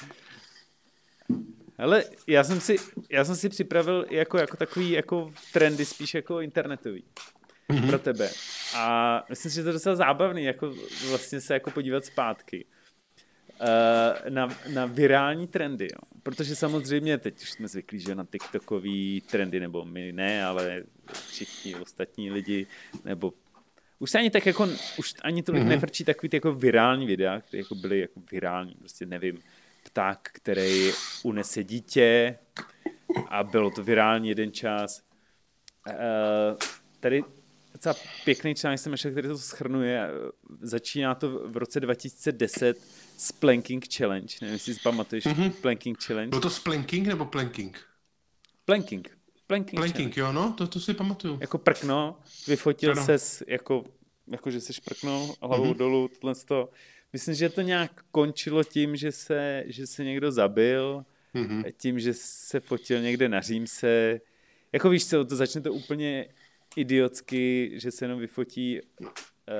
Ale já jsem si, já jsem si připravil jako, jako takový jako trendy, spíš jako internetový mm-hmm. pro tebe. A myslím si, že to je docela zábavný, jako vlastně se jako podívat zpátky uh, na, na virální trendy. Jo. Protože samozřejmě teď už jsme zvyklí, že na TikTokový trendy, nebo my ne, ale všichni ostatní lidi, nebo už se ani tak jako, už ani tolik mm-hmm. nefrčí takový ty jako virální videa, které jako byly jako virální, prostě nevím, pták, který unese dítě a bylo to virální jeden čas. Uh, tady docela pěkný článek jsem našel, který to shrnuje. Začíná to v roce dva tisíce deset s Planking Challenge. Nevím, jestli si pamatuješ mm-hmm. Planking Challenge. Bylo to Splanking nebo Planking? Planking. Planking, Planking jo, no, to, to si pamatuju. Jako prkno, vyfotil ano. ses, jako, jako že se šprknul hlavou mm-hmm. dolů, tohle to. Myslím, že to nějak končilo tím, že se, že se někdo zabil, mm-hmm. tím, že se fotil někde na Římse. Jako víš co, to začne to úplně idiotsky, že se jenom vyfotí, uh,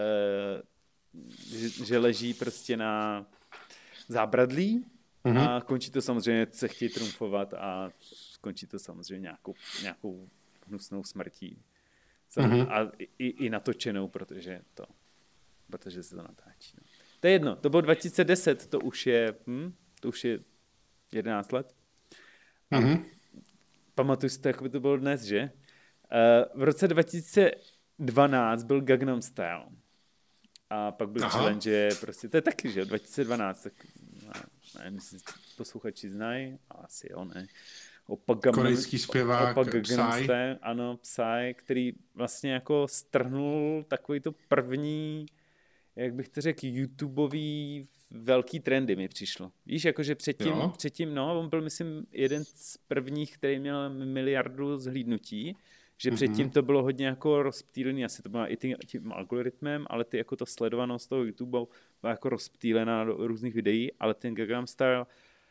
že, že leží prostě na zábradlí mm-hmm. a končí to samozřejmě, se chtějí trumfovat a skončí to samozřejmě nějakou, nějakou hnusnou smrtí. Mm-hmm. A i, i natočenou, protože, to, protože se to natáčí. No. To je jedno, to bylo dva tisíce deset, to už je, hm, to už je jedenáct let. Mm-hmm. Pamatuju si to, jako by to bylo dnes, že? Uh, v roce dva tisíce dvanáct byl Gangnam Style. A pak byl Aha. challenge, prostě, to je taky, že? dva tisíce dvanáct, tak nevím, jestli posluchači znají, asi jo, ne. Opa korejský zpěvák Psy. Ano, Psy, který vlastně jako strhnul takový to první, jak bych to řekl, YouTubeový velký trendy mi přišlo. Víš, jakože předtím, předtím, no, on byl, myslím, jeden z prvních, který měl miliardu zhlídnutí, že mm-hmm. předtím to bylo hodně jako rozptýlený, asi to bylo i tím, tím algoritmem, ale ty jako ta sledovanost toho YouTube byla jako rozptýlená do různých videí, ale ten Gangnam Style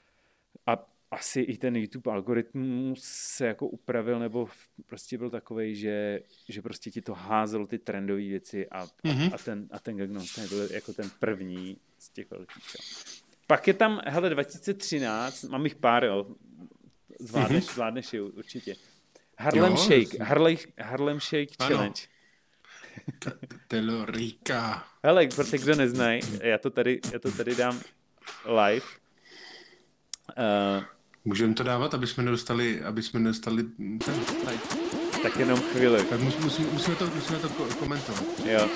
a asi i ten YouTube algoritmus se jako upravil, nebo prostě byl takovej, že, že prostě ti to házelo ty trendové věci a, mm-hmm. a, a ten, a ten Gangnam Style byl jako ten první z těch velkých. Jo. Pak je tam, hele, dva tisíce třináct, mám jich pár, jo, zvládneš, mm-hmm. zvládneš je určitě. Harlem jo, Shake, Harlem, Harlem Shake ano. Challenge. Te lo rica. Hele, pro ty, kdo neznají, já to tady, já to tady dám live. Uh, Můžeme to dávat, aby jsme nedostali, aby jsme nedostali ten like. Tak jenom chvíli. Tak musí, musí, musíme, to, musíme to komentovat. Jo.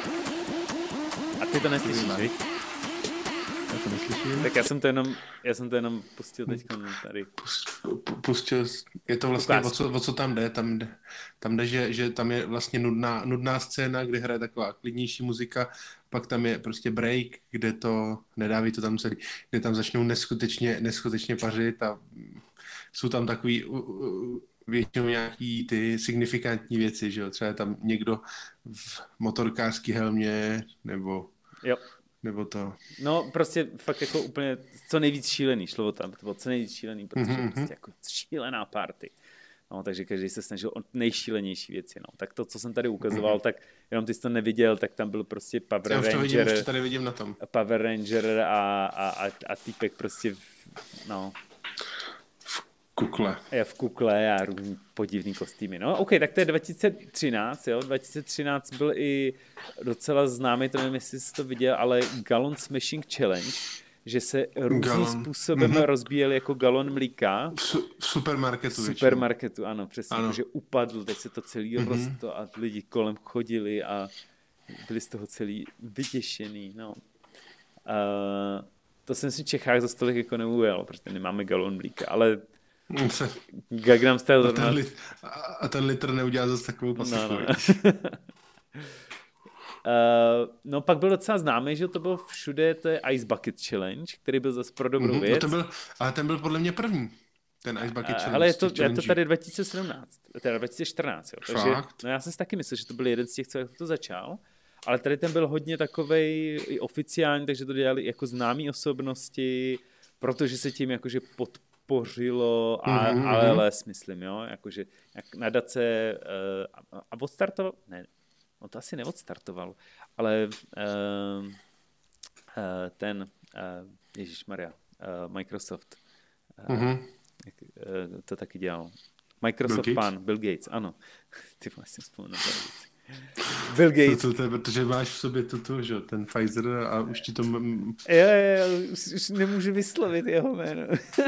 A ty to neslyšíš, víš? Já to neslyším. Tak já jsem to jenom, já jsem to jenom pustil teď tady. Pustil, je to vlastně, o co, o co tam jde? Tam jde, tam jde že, že tam je vlastně nudná, nudná scéna, kde hraje taková klidnější muzika, pak tam je prostě break, kde to, nedáví to tam celý, kde tam začnou neskutečně, neskutečně pařit a jsou tam takový většinou nějaký ty signifikantní věci, že jo, třeba je tam někdo v motorkářský helmě, nebo... Jo. Nebo to... No prostě fakt jako úplně co nejvíc šílený, šlo tam, to bylo co nejvíc šílený, protože mm-hmm. prostě jako šílená party. No, takže každý se snažil o nejšílenější věci, no. Tak to, co jsem tady ukazoval, mm-hmm. tak jenom ty jsi to neviděl, tak tam byl prostě Power Já Ranger. Vidím, už tady vidím na tom. Power Ranger a, a, a, a týpek prostě, v, no... V kukle. Je v kukle a různý podivný kostýmy. No, OK, tak to je dva tisíce třináct, jo. dva tisíce třináct byl i docela známý, to nevím, jestli jsi to viděl, ale Gallon Smashing Challenge, že se různým galon. způsobem mm-hmm. rozbíjel jako galon mlíka. V, su- v supermarketu. V supermarketu, ano, přesně, ano. že upadl, teď se to celý mm-hmm. rostlo a lidi kolem chodili a byli z toho celý vyděšený, no. to jsem si v Čechách za stolik jako neujel, protože nemáme galon mlíka, ale Gangnam Style a, ten lit, a ten litr neudělá zase takovou pasiku. No, no. Uh, no pak byl docela známý, že to bylo všude, to je Ice Bucket Challenge, který byl zase pro dobrou mm-hmm, věc. No ten byl, ale ten byl podle mě první, ten Ice Bucket Challenge. Ale je to, je to tady dva tisíce sedmnáct, teda dva tisíce čtrnáct, jo. Takže, no já jsem si taky myslel, že to byl jeden z těch, co to začal, ale tady ten byl hodně takovej i oficiální, takže to dělali jako známí osobnosti, protože se tím jakože podpořilo a, mm-hmm. A L S, myslím, jo, jakože jak nadace uh, a, a odstartoval, ne, on to asi neodstartoval, ale uh, uh, ten, uh, ježišmarja, uh, Microsoft, uh, mm-hmm. uh, to taky dělal. Microsoft Bill pan, Bill Gates, ano. Ty vlastně vzpomínám. Bill Gates. To, to, to, protože máš v sobě toto, že ten Pfizer a už ti to... Jo, jo, už, už nemůžu vyslovit jeho jméno.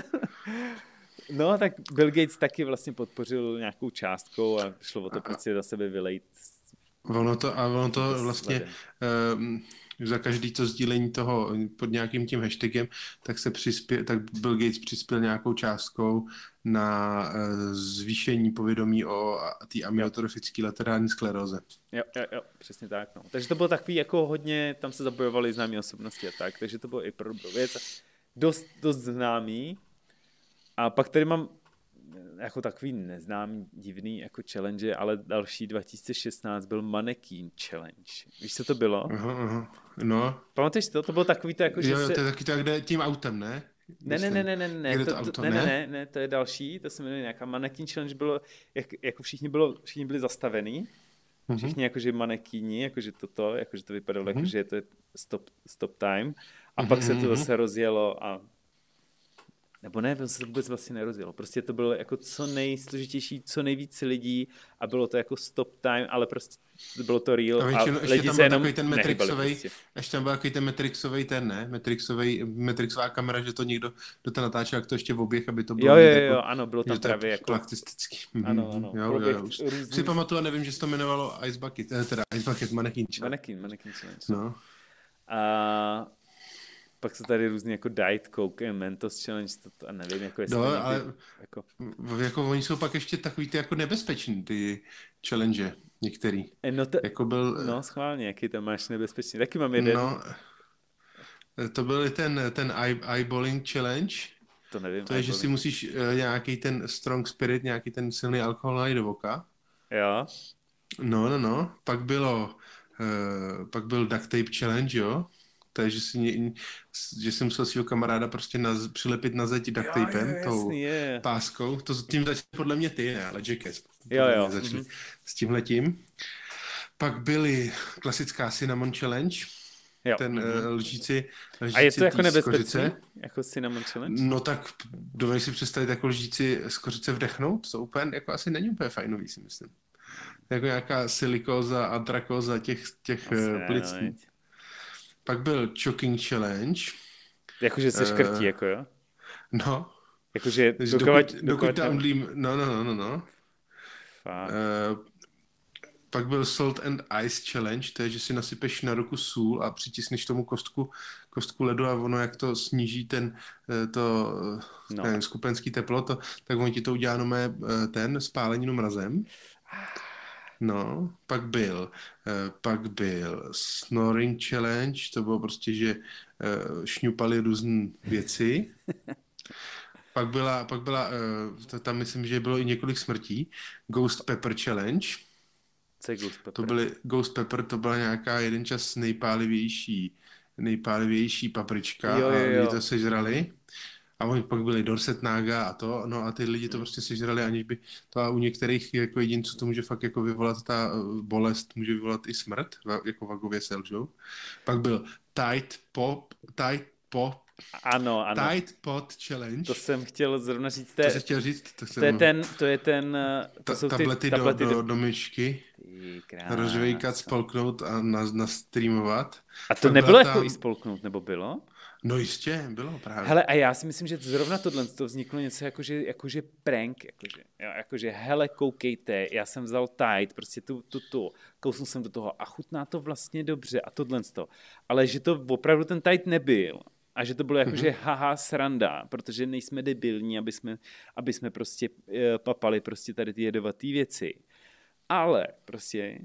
No, tak Bill Gates taky vlastně podpořil nějakou částkou a šlo o to prostě za sebe vylejt. Ono to, a ono to vlastně um, za každý to sdílení toho pod nějakým tím hashtagem, tak se přispěl, tak Bill Gates přispěl nějakou částkou na uh, zvýšení povědomí o té amyotrofické laterální skleróze. Jo, jo, jo, přesně tak. No. Takže to bylo takový jako hodně, tam se zapojovali známí osobnosti a tak, takže to bylo i pro dobrou věc. Dost, dost známý. A pak tady mám jako takový neznámý, divný jako challenge, ale další dva tisíce šestnáct byl Mannequin Challenge. Víš, co to bylo? Aha, aha. No. Pamatuješ to? To bylo takový to jako, že jo, jo, se... to je taky to, kde tím autem, ne? Ne, ne, ne, ne, ne, ne, to, to, auto, ne, ne, ne, ne, to je další, to se jmenuje nějaká Mannequin Challenge, bylo, jak, jako všichni, bylo, všichni byli zastavený, mm-hmm. Všichni jakože manekíni, jakože toto, jakože to vypadalo, mm-hmm. jakože to je stop, stop time a mm-hmm. pak se to zase rozjelo a nebo ne, to se vůbec vlastně nerozjelo. Prostě to bylo jako co nejsložitější, co nejvíc lidí a bylo to jako stop time, ale prostě bylo to real a, většinu, a lidi se jenom ten Matrixovej, prostě. Ještě tam byl takový ten Matrixovej ten, ne? Matrixovej, Matrixová kamera, že to někdo, kdo to natáčel, jak to ještě v oběh, aby to bylo... Jo, jo, jo, ano, bylo tam právě jako... Plastistický. Ano, ano. Jo, jo, jo. Různý... Si pamatuju a nevím, že se to jmenovalo Ice Bucket, teda Ice Bucket Mannequin Challenge. Mannequin, Mannequin Challenge. No. A... Pak jsou tady různý jako Diet Coke, Mentos Challenge, to, to, a nevím, jako jestli... No, někdy, ale jako... jako oni jsou pak ještě takový ty jako nebezpečný, ty challenge některý. No, to, jako byl... no schválně, jaký tam máš nebezpečný. Taky mám jeden. No, to byl ten, ten eyeballing challenge. To nevím. To je, že si musíš uh, nějaký ten strong spirit, nějaký ten silný alkohol nalít do voka. Jo. No, no, no. Pak bylo, uh, pak byl duct tape challenge, jo. Takže si, že jsem musel svého kamaráda prostě na, přilepit na zeď duct tapem, tou je. páskou. To tím začal podle mě ty, ne, ale Jackass. Jo, jo. Začali mm-hmm. s tímhletím. Pak byly klasická cinnamon challenge. Jo. Ten mm-hmm. uh, lžíci, lžíci a je to jako nebezpečný? Jako cinnamon challenge? No tak dovedeš si představit jako lžíci z kořice vdechnout? To úplně, jako asi není úplně fajnový, si myslím. Jako nějaká silikóza, antrakóza těch, těch uh, plicní. No, pak byl choking challenge. Jakože se škrtí, uh, jako jo? No. Jakože dokud, dokud, dokud tam dlím, no, no, no, no, no. Uh, pak byl salt and ice challenge, to je, že si nasypeš na ruku sůl a přitisneš tomu kostku, kostku ledu a ono, jak to sníží ten, to, no. nevím, skupenský teplo, to, tak on ti to udělá nomé ten spáleninu mrazem. No, pak byl, pak byl snoring challenge, to bylo prostě, že šňupali různé věci. Pak byla, pak byla to tam myslím, že bylo i několik smrtí. Ghost pepper challenge. Co je ghost pepper? To byly, ghost pepper, to byla nějaká jeden čas nejpálivější, nejpálivější paprička jo, jo, jo. A lidi to sežrali. A oni pak byli Dorset Naga a to, no a ty lidi to prostě sežrali, aniž by to a u některých jako jedinců to může fakt jako vyvolat ta bolest, může vyvolat i smrt, jako vagově selžou. Pak byl tight pop, tight pop, Ano, ano. Tide Pod Challenge. To jsem chtěl zrovna říct. To, to jsi chtěl říct? To, jsem... to, je ten, to je ten... To ta, jsou tablety, ty tablety do, do, do, do myčky. Ty rozžvejkat, spolknout a na, nastreamovat. A to nebylo jako tam... i spolknout, nebo bylo? No jistě, bylo právě. Hele, a já si myslím, že zrovna tohle to vzniklo něco jakože, jakože prank, jakože, jakože hele, koukejte, já jsem vzal Tide, prostě tu, tu, tu, kousnul jsem do toho a chutná to vlastně dobře a tohle to. Ale že to opravdu ten Tide nebyl a že to bylo jakože mm-hmm. haha sranda, protože nejsme debilní, aby jsme, aby jsme prostě uh, papali prostě tady ty jedovatý věci. Ale prostě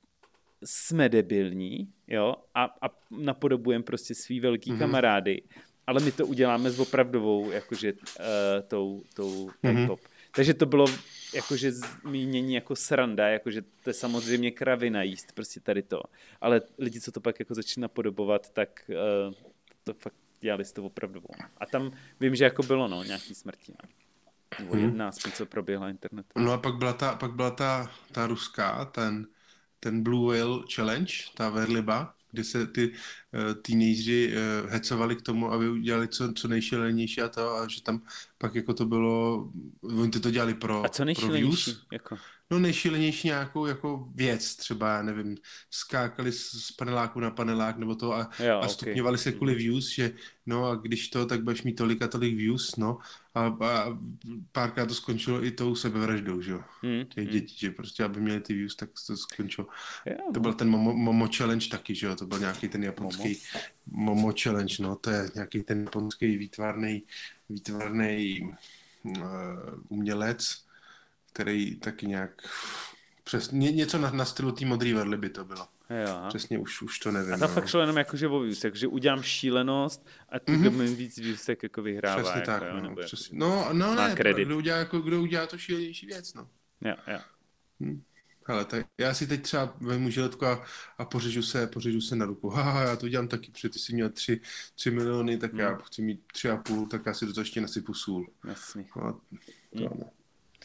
jsme debilní, jo, a, a napodobujeme prostě svý velký mm-hmm. kamarády, ale my to uděláme s opravdovou, jakože uh, tou, tou mm-hmm. pop. Takže to bylo jakože zmínění jako sranda, jakože to je samozřejmě kravina jíst, prostě tady to. Ale lidi, co to pak jako začali napodobovat, tak uh, to fakt dělali s to opravdovou. A tam vím, že jako bylo, no, nějaký smrti. Nebo hmm. jedna aspoň, co proběhla internetu. No a pak byla ta, pak byla ta, ta ruská, ten, ten Blue Whale Challenge, ta verliba, kdy se ty uh, teenageři uh, hecovali k tomu, aby udělali co, co nejšílenější a to, a že tam pak jako to bylo, oni to dělali pro, a co nejšílenější? Jako? No nejšílenější nějakou jako věc, třeba, já nevím, skákali z, z paneláku na panelák nebo to a, jo, a stupňovali okay. se kvůli views, že no a když to, tak budeš mít tolik a tolik views, no a, a párkrát to skončilo i tou sebevraždou, že jo, hmm. těch hmm. dětí, že prostě aby měli ty views, tak to skončilo. Jo, to byl ten Momo, Momo Challenge taky, že jo, to byl nějaký ten japonský Momo, Momo Challenge, no to je nějaký ten japonský výtvarný, výtvarný uh, umělec, který taky nějak přesně něco na, na stylu té modrý verliby to bylo. Jo. Přesně už, už to nevím. A to no. fakt šlo jenom jakože o views, takže udělám šílenost a ty, kdo mm-hmm. víc views, tak jako vyhrává. Přesně jako, tak, jo, no. nebo Přesně. No, no ne, kredit. Kdo, udělá, jako, kdo udělá to šílenější věc, no. Jo, jo. Hm. Hele, tak já si teď třeba vemu žiletku a, a pořežu se, pořežu se na ruku. Haha, já to udělám taky, protože ty jsi měl tři, tři miliony, tak hmm. já chci mít tři a půl, tak já si do toho ještě nasypu sůl. Jasný. No, to, hmm. no.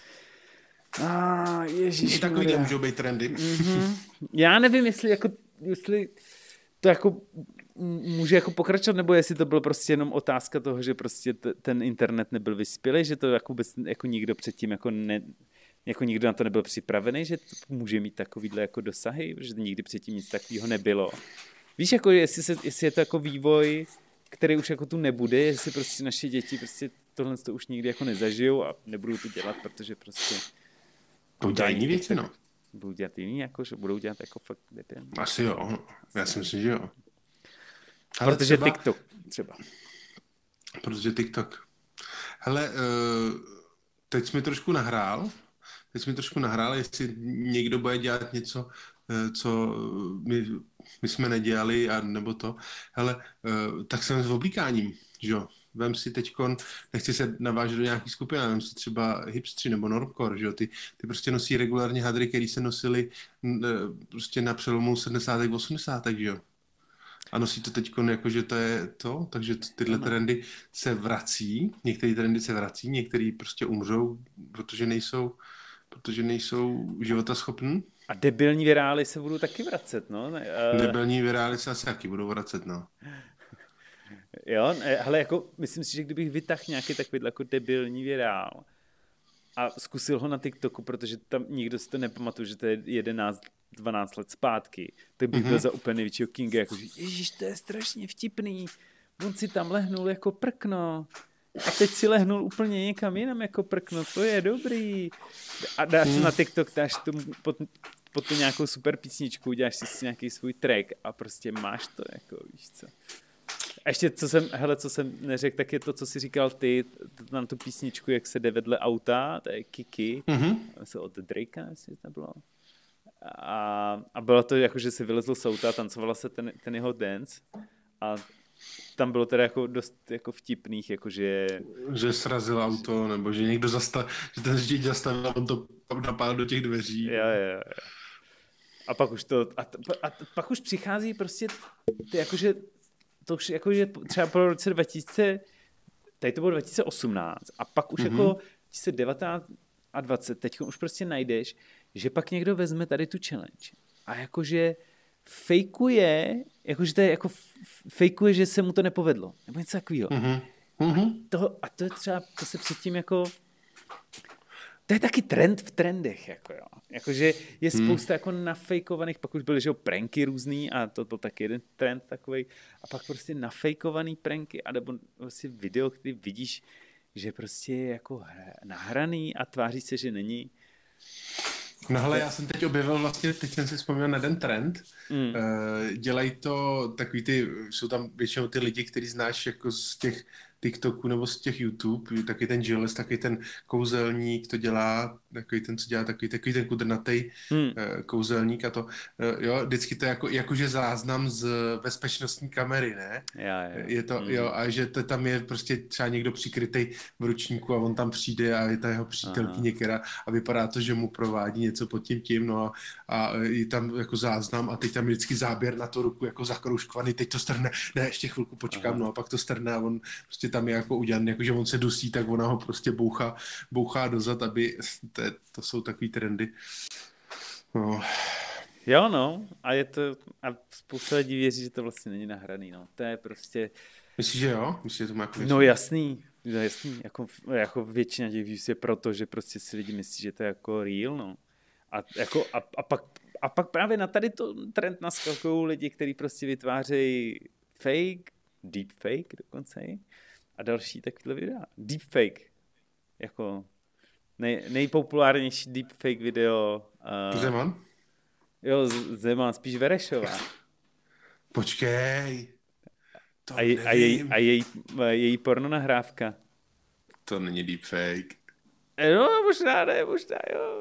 Ah, ježiš. I takový můžou být trendy. Mm-hmm. Já nevím, jestli jako, jestli to jako může jako pokračovat, nebo jestli to bylo prostě jenom otázka toho, že prostě t- ten internet nebyl vyspělý, že to jako, bez, jako nikdo předtím jako ne, jako nikdo na to nebyl připravený, že to může mít takovýhle jako dosahy, protože nikdy předtím nic takového nebylo. Víš, jako jestli, se, jestli je to jako vývoj, který už jako tu nebude, jestli prostě naše děti prostě tohle to už nikdy jako nezažijou a nebudou to dělat, protože prostě budou dělat jiný věci, no. Budou dělat jiný, jako, že budou dělat jako fakt debil. Asi jo, já si myslím, že jo. Ale protože třeba, TikTok třeba. Protože TikTok. Hele, teď jsi mi trošku nahrál, teď jsi mi trošku nahrál, jestli někdo bude dělat něco, co my, my jsme nedělali, a nebo to. Hele, tak jsem s oblíkáním, že jo. Vem si teďkon, nechci se navážet do nějaký skupiny, vem si třeba hipstři nebo normcore, že jo, ty, ty prostě nosí regulárně hadry, které se nosily prostě na přelomu sedmdesátých osmdesátých, že jo. A nosí to teďkon jako, že to je to, takže tyhle trendy se vrací, některé trendy se vrací, některé prostě umřou, protože nejsou, protože nejsou životaschopní. A debilní virály se budou taky vracet, no. Uh... Debilní virály se asi taky budou vracet, no. Jo, hele, jako myslím si, že kdybych vytáhl nějaký takový jako debilní virál a zkusil ho na TikToku, protože tam nikdo si to nepamatuje, že to je jedenáct dvanáct let zpátky, tak bych mm-hmm. byl za úplně největšího kinga, jako, že ježiš, to je strašně vtipný, on si tam lehnul jako prkno a teď si lehnul úplně někam jinam jako prkno, to je dobrý. A dáš mm. na TikTok, dáš tomu pod, pod tu nějakou super písničku, děláš si nějaký svůj track a prostě máš to, jako víš co. A ještě, co jsem, hele, co jsem neřekl, tak je to, co jsi říkal ty, na tu písničku, jak se jde vedle auta, to je Kiki, mm-hmm. se od Drakea, jestli to bylo. A, a bylo to jako, že si vylezl z auta, tancovala se ten, ten jeho dance a tam bylo teda jako dost jako vtipných, jakože... Že srazil auto, nebo že někdo zastavil, že ten řidič zastavil, on to napál do těch dveří. Jo, jo, jo. A pak už to, a, a pak už přichází prostě, ty jakože, to už jakože třeba po roce dva tisíce, tady to bylo dva tisíce osmnáct a pak už mm-hmm. jako dva tisíce devatenáct a dvacet, teď už prostě najdeš, že pak někdo vezme tady tu challenge a jakože fejkuje, jakože to je jako fejkuje, že se mu to nepovedlo. Nebo něco takového. Mm-hmm. A, to, a to je třeba, to se předtím jako... To je taky trend v trendech, jako jo. Jakože je spousta hmm. jako nafejkovaných, pak už byly, že jo, pranky různý a to byl taky jeden trend takovej. A pak prostě nafejkovaný pranky, anebo prostě video, který vidíš, že prostě je jako nahraný a tváří se, že není. No hele, já jsem teď objevil vlastně, teď jsem si vzpomněl na jeden trend. Mm. Dělají to takový ty, jsou tam většinou ty lidi, který znáš jako z těch TikToků nebo z těch YouTube, taky ten Giles, taky ten kouzelník to dělá, takový ten, co dělá takový, takový ten kudrnatej mm. kouzelník a to, jo, vždycky to je jako, jakože záznam z bezpečnostní kamery, ne? Já, já. Je to, mm. jo, a že to tam je prostě třeba někdo přikrytej v ručníku a on tam přijde a je ta jeho přítelkyně, která a vypadá to, že mu provádí něco pod tím tím, no a, a je tam jako záznam a teď tam vždycky záběr na tu ruku jako zakroužkovaný, teď to strhne, ne, ještě chvilku počkám, Aha. no a pak to strhne a on prostě tam je jako udělaný, jako že on se dusí, tak ona ho prostě bouchá, bouchá dozad, aby, to, je, to jsou takový trendy. No. Jo, no, a je to, a spousta lidí věří, že to vlastně není nahraný, no, to je prostě... Myslíš, že jo? Myslíš, že to má jako No jasný, jasný, jako, jako většina těch views je proto, že prostě si lidi myslí, že to je jako real, no. A, jako, a, a, pak, a pak právě na tady to trend naskakují lidi, kteří prostě vytvářejí fake, deepfake dokonce a další takovýhle videa. Deepfake, jako nej, nejpopulárnější deepfake video. Uh, Zeman? Jo, Zeman, spíš Verešová. Počkej. To a, je, a, její, a její, její porno nahrávka. To není deepfake. No, možná ne, možná jo.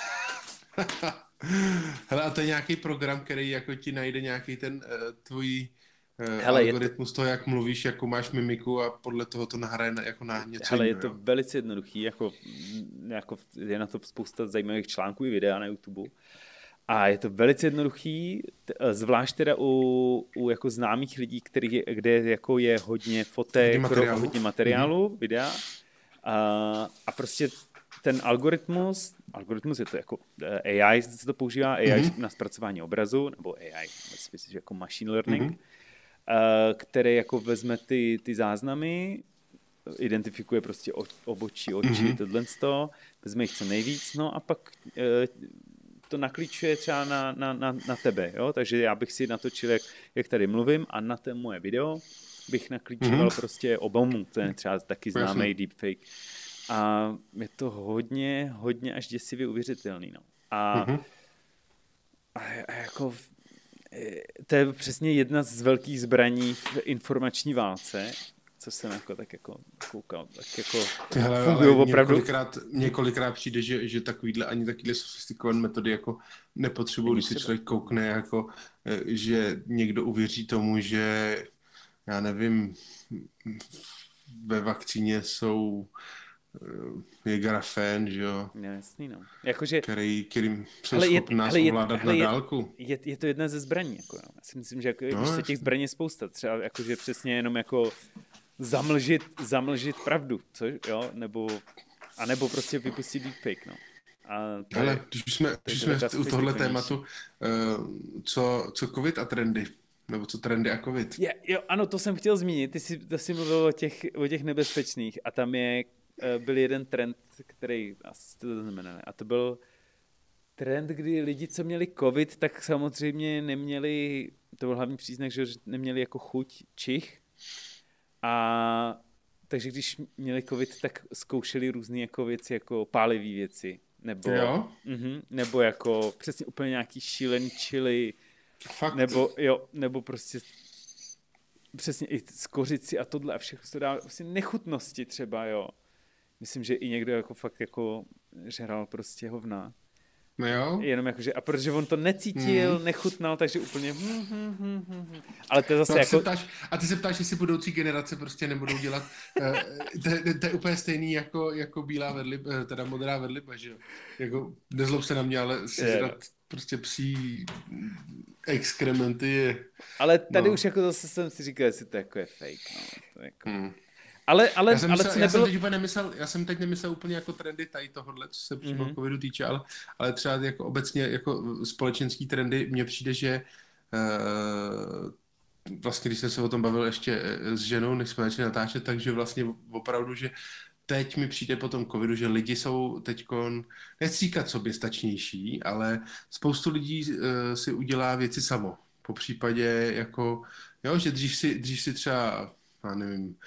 Hele, a to je nějaký program, který jako ti najde nějaký ten uh, tvůj uh, Hele, algoritmus to... toho, jak mluvíš, jako máš mimiku a podle toho to nahraje na, jako na něco Hele, jiného, je to jo? velice jednoduchý, jako, jako je na to spousta zajímavých článků i videa na YouTube. A je to velice jednoduchý, zvlášť teda u, u jako známých lidí, který, kde jako je hodně fotek, hodně materiálu, hodně materiálu mm-hmm. videa. A, a prostě ten algoritmus, algoritmus je to jako A I, se to používá, A I mm-hmm. na zpracování obrazu, nebo A I, myslím, že jako machine learning, mm-hmm. který jako vezme ty, ty záznamy, identifikuje prostě obočí, oči, mm-hmm. tohle, vezme jich co nejvíc, no a pak to naklíčuje třeba na, na, na, na tebe, jo? Takže já bych si natočil, jak, jak tady mluvím a na ten moje video bych naklíčoval mm-hmm. prostě obamu, to je třeba taky známý deepfake. A je to hodně, hodně až děsivě uvěřitelný, no. A, mm-hmm. a, a jako to je přesně jedna z velkých zbraní v informační válce, co jsem jako tak jako koukal, tak jako fungují opravdu. Několikrát, několikrát přijde, že, že takovýhle, ani takovýhle sofistikované metody jako nepotřebují, když se člověk koukne, jako, že někdo uvěří tomu, že já nevím, ve vakcíně jsou je grafén, že jo? No, jasný, no. Jakože, který, kterým jsou schopni nás ovládat na dálku. Je, je to jedna ze zbraní, jako, no. Já si myslím, že jako, no, se těch zbraní je spousta. Třeba jakože přesně jenom jako zamlžit, zamlžit pravdu, co, jo? Nebo, a nebo prostě vypustit deepfake, no. A to ale je, když jsme, když jsme u tohle tématu, uh, co, co covid a trendy? Nebo co trendy a covid? Je, jo, ano, to jsem chtěl zmínit. Ty jsi, ty jsi mluvil o těch, o těch nebezpečných a tam je, byl jeden trend, který asi to znamená. A to byl trend, kdy lidi, co měli covid, tak samozřejmě neměli, to byl hlavní příznak, že neměli jako chuť čich. A takže když měli covid, tak zkoušeli různé jako věci, jako pálivé věci. Nebo, uh-huh, nebo jako přesně úplně nějaký šílený chili. Fakt. Nebo, jo, nebo prostě přesně i skořici a tohle a všechno se dá prostě nechutnosti třeba, jo. Myslím, že i někdo jako fakt jako žral prostě hovna. No jo. Jenom jakože, a protože on to necítil, mm. nechutnal, takže úplně hm, hm, hm, hm. Ale to je zase no, jako... Ptáš, a ty se ptáš, jestli budoucí generace prostě nebudou dělat, uh, to, to je úplně stejný jako, jako bílá vedliba, teda modrá vedliba, že jo. Jako, nezlob se na mě, ale si zdat no. prostě psí exkrementy je... Ale tady no. už jako zase jsem si říkal, jestli to jako je fake, no. To jako... Mm. Ale, ale, já jsem, ale myslel, co já nebylo... jsem teď úplně nemyslel, já jsem teď nemyslel úplně jako trendy tady tohohle, co se přímo mm-hmm. covidu týče, ale, ale třeba jako obecně jako společenský trendy, mně přijde, že vlastně, když jsem se o tom bavil ještě s ženou, než jsme začali natáčet, takže vlastně opravdu, že teď mi přijde po tom covidu, že lidi jsou teďkon, nechci říkat soběstačnější, ale spoustu lidí uh, si udělá věci samo. Po případě jako, jo, že dřív si, dřív si třeba, já nevím,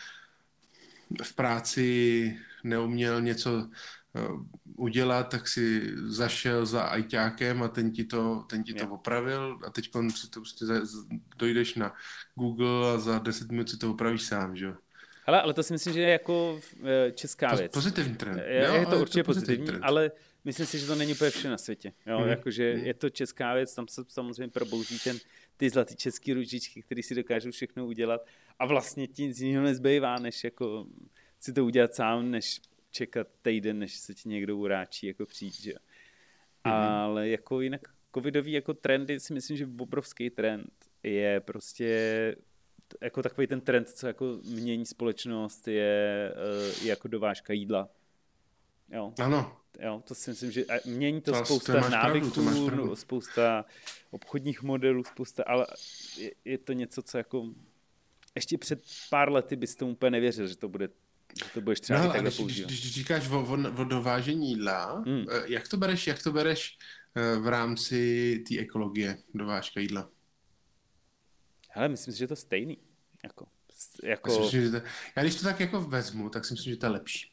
v práci neuměl něco uh, udělat, tak si zašel za ajťákem a ten ti to, ten ti to yeah. opravil a teď si to prostě dojdeš na Google a za deset minut si to opravíš sám, že jo. Hele, ale to si myslím, že je jako česká věc. Pozitivní trend. Je, jo, je to je určitě to pozitivní, pozitivní, ale myslím si, že to není úplně vše na světě. Jo, mm. jakože mm. je to česká věc, tam se samozřejmě probouzí ten, ty zlatý český ručičky, který si dokážou všechno udělat a vlastně ti nic jiného nezbývá, než jako si to udělat sám, než čekat týden, než se ti někdo uráčí, jako přijít, že jo. Mm. Ale jako jinak covidový jako trendy si myslím, že obrovský trend je prostě jako takový ten trend, co jako mění společnost, je, je jako dovážka jídla. Jo. Ano. Jo, to si myslím, že mění to, to spousta to návyků, pravdu, no, spousta obchodních modelů, spousta, ale je, je to něco, co jako ještě před pár lety bys tomu úplně nevěřil, že to bude, že to budeš třeba no, i takhle když, používat. Když, když říkáš o, o, o dovážení jídla, hmm. jak to bereš, jak to bereš v rámci té ekologie, dovážka jídla? Hele, myslím si, že je to stejný. Jako, jako... Já, myslím, že to, já když to tak jako vezmu, tak si myslím, že to je lepší.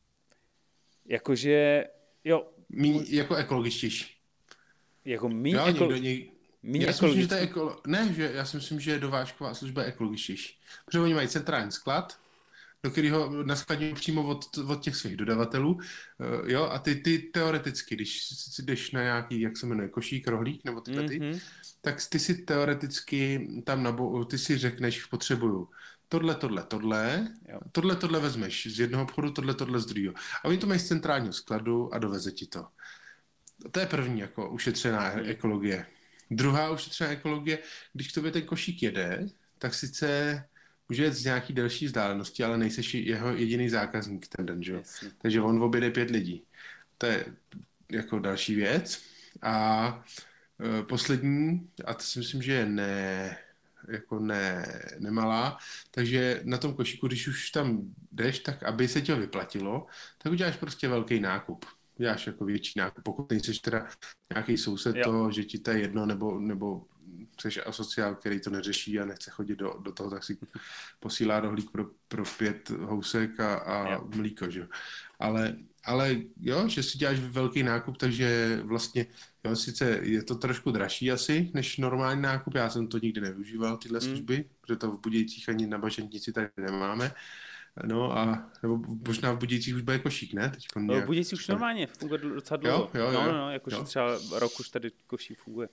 Jakože, jo. Míň, jako ekologičtější. Jako míň ekologičtější. Já si myslím, že to je ekolo... Ne, že já si myslím, že dovážková služba je ekologičtější. Protože oni mají centrální sklad, do kterého naskladňují přímo od, od těch svých dodavatelů. Uh, jo, a ty, ty teoreticky, když si jdeš na nějaký, jak se jmenuje, košík, rohlík, nebo tyhle ty, mm-hmm. tak ty si teoreticky tam nabo, ty si řekneš, potřebuju tohle, tohle, tohle, jo. tohle, tohle vezmeš z jednoho obchodu, tohle, tohle z druhého. A oni to mají z centrálního skladu a doveze ti to. To je první jako ušetřená hmm. ekologie. Druhá ušetřená ekologie, když k tobě ten košík jede, tak sice může jet z nějaký delší vzdálenosti, ale nejseš jeho jediný zákazník ten den, že? Takže on objede pět lidí. To je jako další věc. A e, poslední, a to si myslím, že je ne, jako ne, nemalá, takže na tom košíku, když už tam jdeš, tak aby se tě vyplatilo, tak uděláš prostě velký nákup. Uděláš jako větší nákup, pokud nejseš teda nějaký soused jo. toho, že ti to je jedno, nebo, nebo jsi asociál, který to neřeší a nechce chodit do, do toho, tak si posílá rohlík pro, pro pět housek a, a mlíko, že jo. Ale, ale jo, že si děláš velký nákup, takže vlastně, jo, sice je to trošku dražší asi, než normální nákup, já jsem to nikdy nevyužíval, tyhle mm. služby, protože to v Budějcích ani na Bažantnici tady nemáme. No a, nebo možná v Budějcích už bude košík, ne? Teď no, v Budějcích už normálně funguje docela dlouho. Jo, jo, no, jo. no, no, jakože třeba rok už tady košík funguje.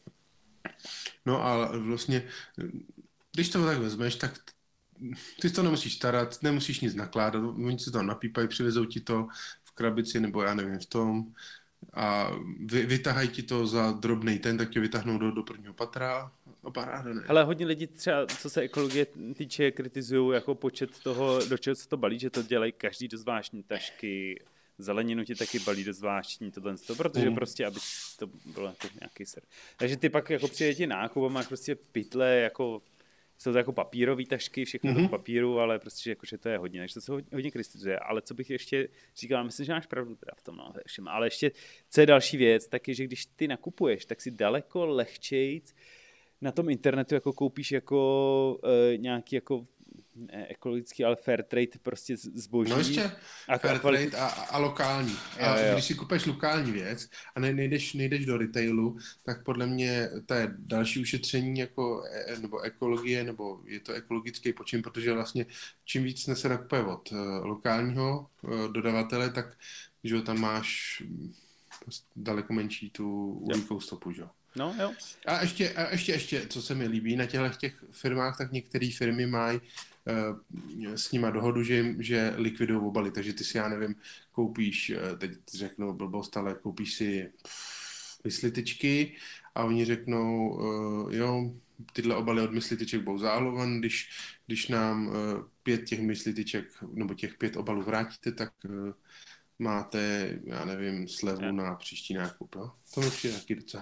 No a vlastně, když to tak vezmeš, tak ty to nemusíš starat, nemusíš nic nakládat, oni si to napípají, přivezou ti to v krabici, nebo já nevím, v tom a vy, vytahají ti to za drobnej ten, tak tě vytáhnou do, do prvního patra a paráda, ne? Ale hodně lidí třeba, co se ekologie týče, kritizují jako počet toho, do čeho se to balí, že to dělají každý do zvláštní tašky, zeleninu ti taky balí do zvláštní tohle, protože mm. prostě, aby to bylo jako nějaký ser. Takže ty pak jako přijde ti nákup a máš prostě pytle, jako jsou to jako papírové tašky, všechno mm-hmm. to v papíru, ale prostě jako, že to je hodně, takže to se hodně, hodně kritizuje. Ale co bych ještě říkal, myslím, že máš pravdu teda v tom, no, všem. Ale ještě, co je další věc, tak je, že když ty nakupuješ, tak si daleko lehčejc na tom internetu jako koupíš jako e, nějaký jako ne, ekologický, ale fair trade prostě zboží. No ještě a, fair a, trade a, a lokální. A jo, jo. když si kupuješ lokální věc a ne, nejdeš, nejdeš do retailu, tak podle mě to je další ušetření jako, nebo ekologie, nebo je to ekologický počin, protože vlastně čím víc se nakupuje od uh, lokálního uh, dodavatele, tak že tam máš daleko menší tu uhlíkovou stopu, že? No, jo. A ještě, a ještě, ještě, co se mi líbí na těchto těch firmách, tak některé firmy mají uh, s nima dohodu, že, že likvidují obaly, takže ty si, já nevím, koupíš, teď řeknu blbost, ale koupíš si myslitičky a oni řeknou, uh, jo, tyhle obaly od myslitiček budou zálovan, když, když nám uh, pět těch myslitiček, nebo těch pět obalů vrátíte, tak uh, máte, já nevím, slevu ja. na příští nákup, jo? To mi přijde taky docela.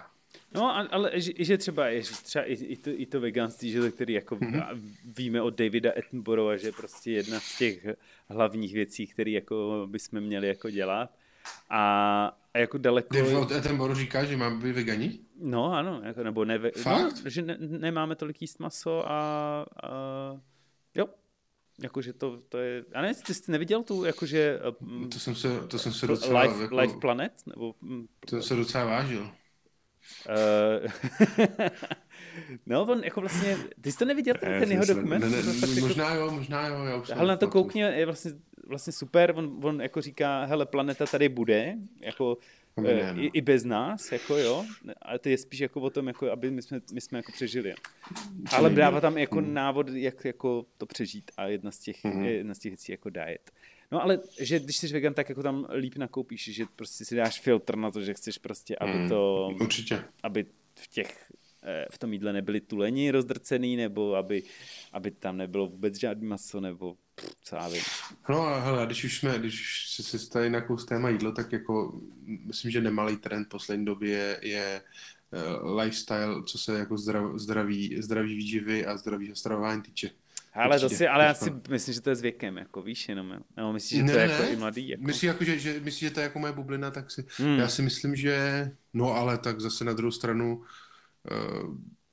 No, ale že, že třeba, je, že třeba i, i, to, i to veganství, že to, který jako mm-hmm. víme od Davida Attenborougha, že prostě jedna z těch hlavních věcí, které jako bychom měli jako dělat. A, a jako daleko... David od Attenborough říká, že máme být vegani? No, ano, jako, nebo ne, no, že ne, nemáme tolik jíst maso a, a jo. Jakože to, to je... A ne, ty jsi neviděl tu, jakože... To jsem se, to jsem se docela... Life, jako, Life Planet? Nebo, to jsem se docela vážil. Uh, no, on jako vlastně... Ty jsi to neviděl, ten, ten jeho dokument? Ne, ne, ne, možná jo, možná jo. Já už hele, na to koukni, je vlastně, vlastně super. On, on jako říká, hele, planeta tady bude, jako... Ne, no. I, i bez nás, jako jo, ale to je spíš jako o tom, jako, aby my jsme, my jsme jako přežili. Ale dává tam jako mm. návod, jak jako to přežít a jedna z těch, mm. jedna z těch věcí jako diet. No ale, že když jsi vegan, tak jako tam líp nakoupíš, že prostě si dáš filtr na to, že chceš prostě, aby to... Mm. Určitě. Aby v těch, v tom jídle nebyly tuleni rozdrcený, nebo aby, aby tam nebylo vůbec žádný maso, nebo pff, co já vím. No a hele, když už jsme, když už se stali na kus téma jídlo, tak jako myslím, že nemalý trend v poslední době je, je uh, lifestyle, co se jako zdrav, zdraví, zdraví výživy a zdraví stravování týče. Ale, to si, ale já si myslím, že to je s věkem, jako víš, jenom, nebo myslíš, že to ne, je ne, jako i mladý? Jako? Myslíš, jako, že, že, myslíš, že to je jako moje bublina, tak si, hmm. já si myslím, že, no ale tak zase na druhou stranu, uh,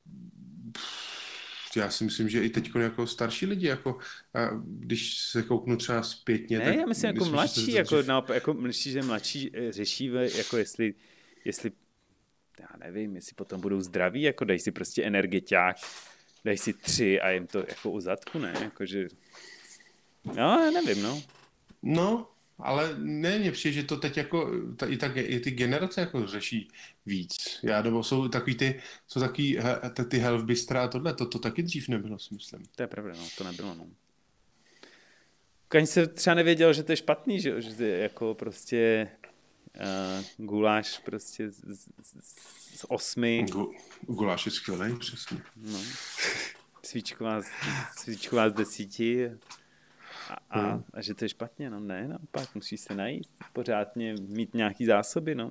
já si myslím, že i teď jako starší lidi, jako, a když se kouknu třeba zpětně, ne, tak... já myslím, jako myslím, mladší, jako, no, jako myslíš, že mladší řeší, jako jestli, jestli, já nevím, jestli potom budou zdraví, jako dají si prostě energetiák, dají si tři a jim to jako u zadku, ne, jakože, no, já nevím, no. No, ale ne, mně přijde, že to teď jako, ta, i, ta, i ty generace jako řeší víc. Já, nebo jsou takový ty, jsou takový he, ty health bystra a tohle, to, to taky dřív nebylo, si myslím. To je pravda, no, to nebylo, no. Ani se třeba nevěděl, že to je špatný, že, že to je jako prostě uh, guláš prostě z, z, z osmi. Gu, guláš je skvělej, přesně. No. Svíčková, svíčková z desíti. A, a, hmm. a že to je špatně, no ne, naopak, musíš se najíst, pořádně mít nějaký zásoby, no.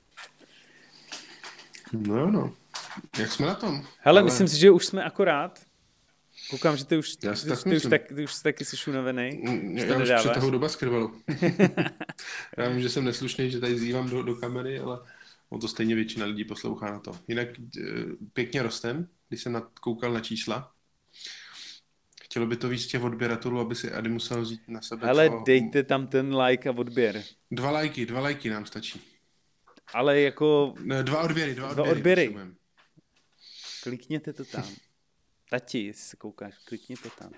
No, no. Jak jsme na tom? Hele, Ale... myslím si, že už jsme akorát. Koukám, že ty už, ty, tak ty už, tak, ty už taky jsi unavený. Já, já už přetahuji do basketbalu. Já vím, že jsem neslušný, že tady zývám do, do kamery, ale on to stejně většina lidí poslouchá na to. Jinak pěkně rostem, když jsem koukal na čísla. Chtělo by to víc těch odběratelů, aby si Ady musel vzít na sebe. Ale co... dejte tam ten like a odběr. Dva lajky, dva lajky nám stačí. Ale jako... Ne, dva odběry, dva, dva odběry. odběry. Klikněte to tam. Tati, jestli se koukáš, klikněte tam.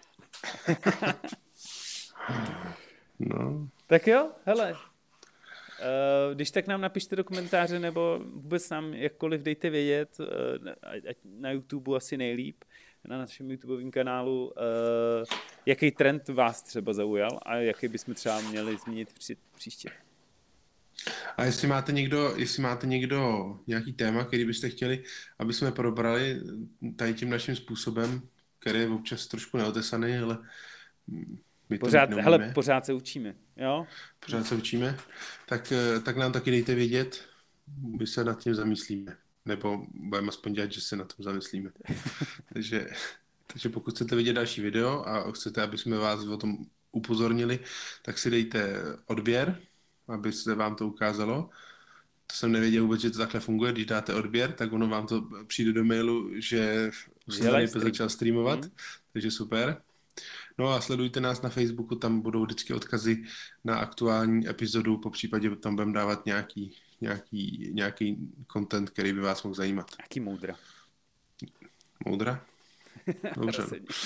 No. Tak jo, hele. Uh, když tak nám napište do komentáře, nebo vůbec nám jakkoliv dejte vědět, uh, na YouTube asi nejlíp, na našem YouTubeovém kanálu, uh, jaký trend vás třeba zaujal a jaký bychom třeba měli zmínit při, příště. A jestli máte někdo, jestli máte někdo nějaký téma, který byste chtěli, aby jsme probrali tady tím naším způsobem, který je občas trošku neotesaný, ale my to pořád, hele, pořád se učíme, jo? Pořád se učíme, tak, tak nám taky dejte vědět, my se nad tím zamyslíme. Nebo budeme aspoň dělat, že se na tom zamyslíme. takže, takže pokud chcete vidět další video a chcete, aby jsme vás o tom upozornili, tak si dejte odběr, aby se vám to ukázalo. To jsem nevěděl vůbec, že to takhle funguje. Když dáte odběr, tak ono vám to přijde do mailu, že už jsem tady začal streamovat, mm. takže super. No a sledujte nás na Facebooku, tam budou vždycky odkazy na aktuální epizodu, po případě tam budeme dávat nějaký, nějaký, nějaký content, který by vás mohl zajímat. Jaký moudra. Moudra? Dobře.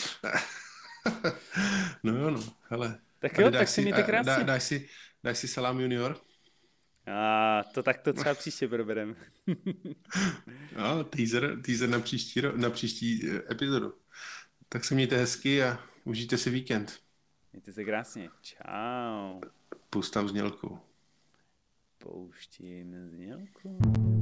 No jo, no, hele. Tak jo, tak si mějte krásně. Dá, dáš si, dáš si Salám junior? A to tak to třeba příště probereme. No, teaser, teaser na příští, na příští epizodu. Tak se mějte hezky a užijte si víkend. Mějte se krásně. Čau. Pustám znělku. Pouštím znělku.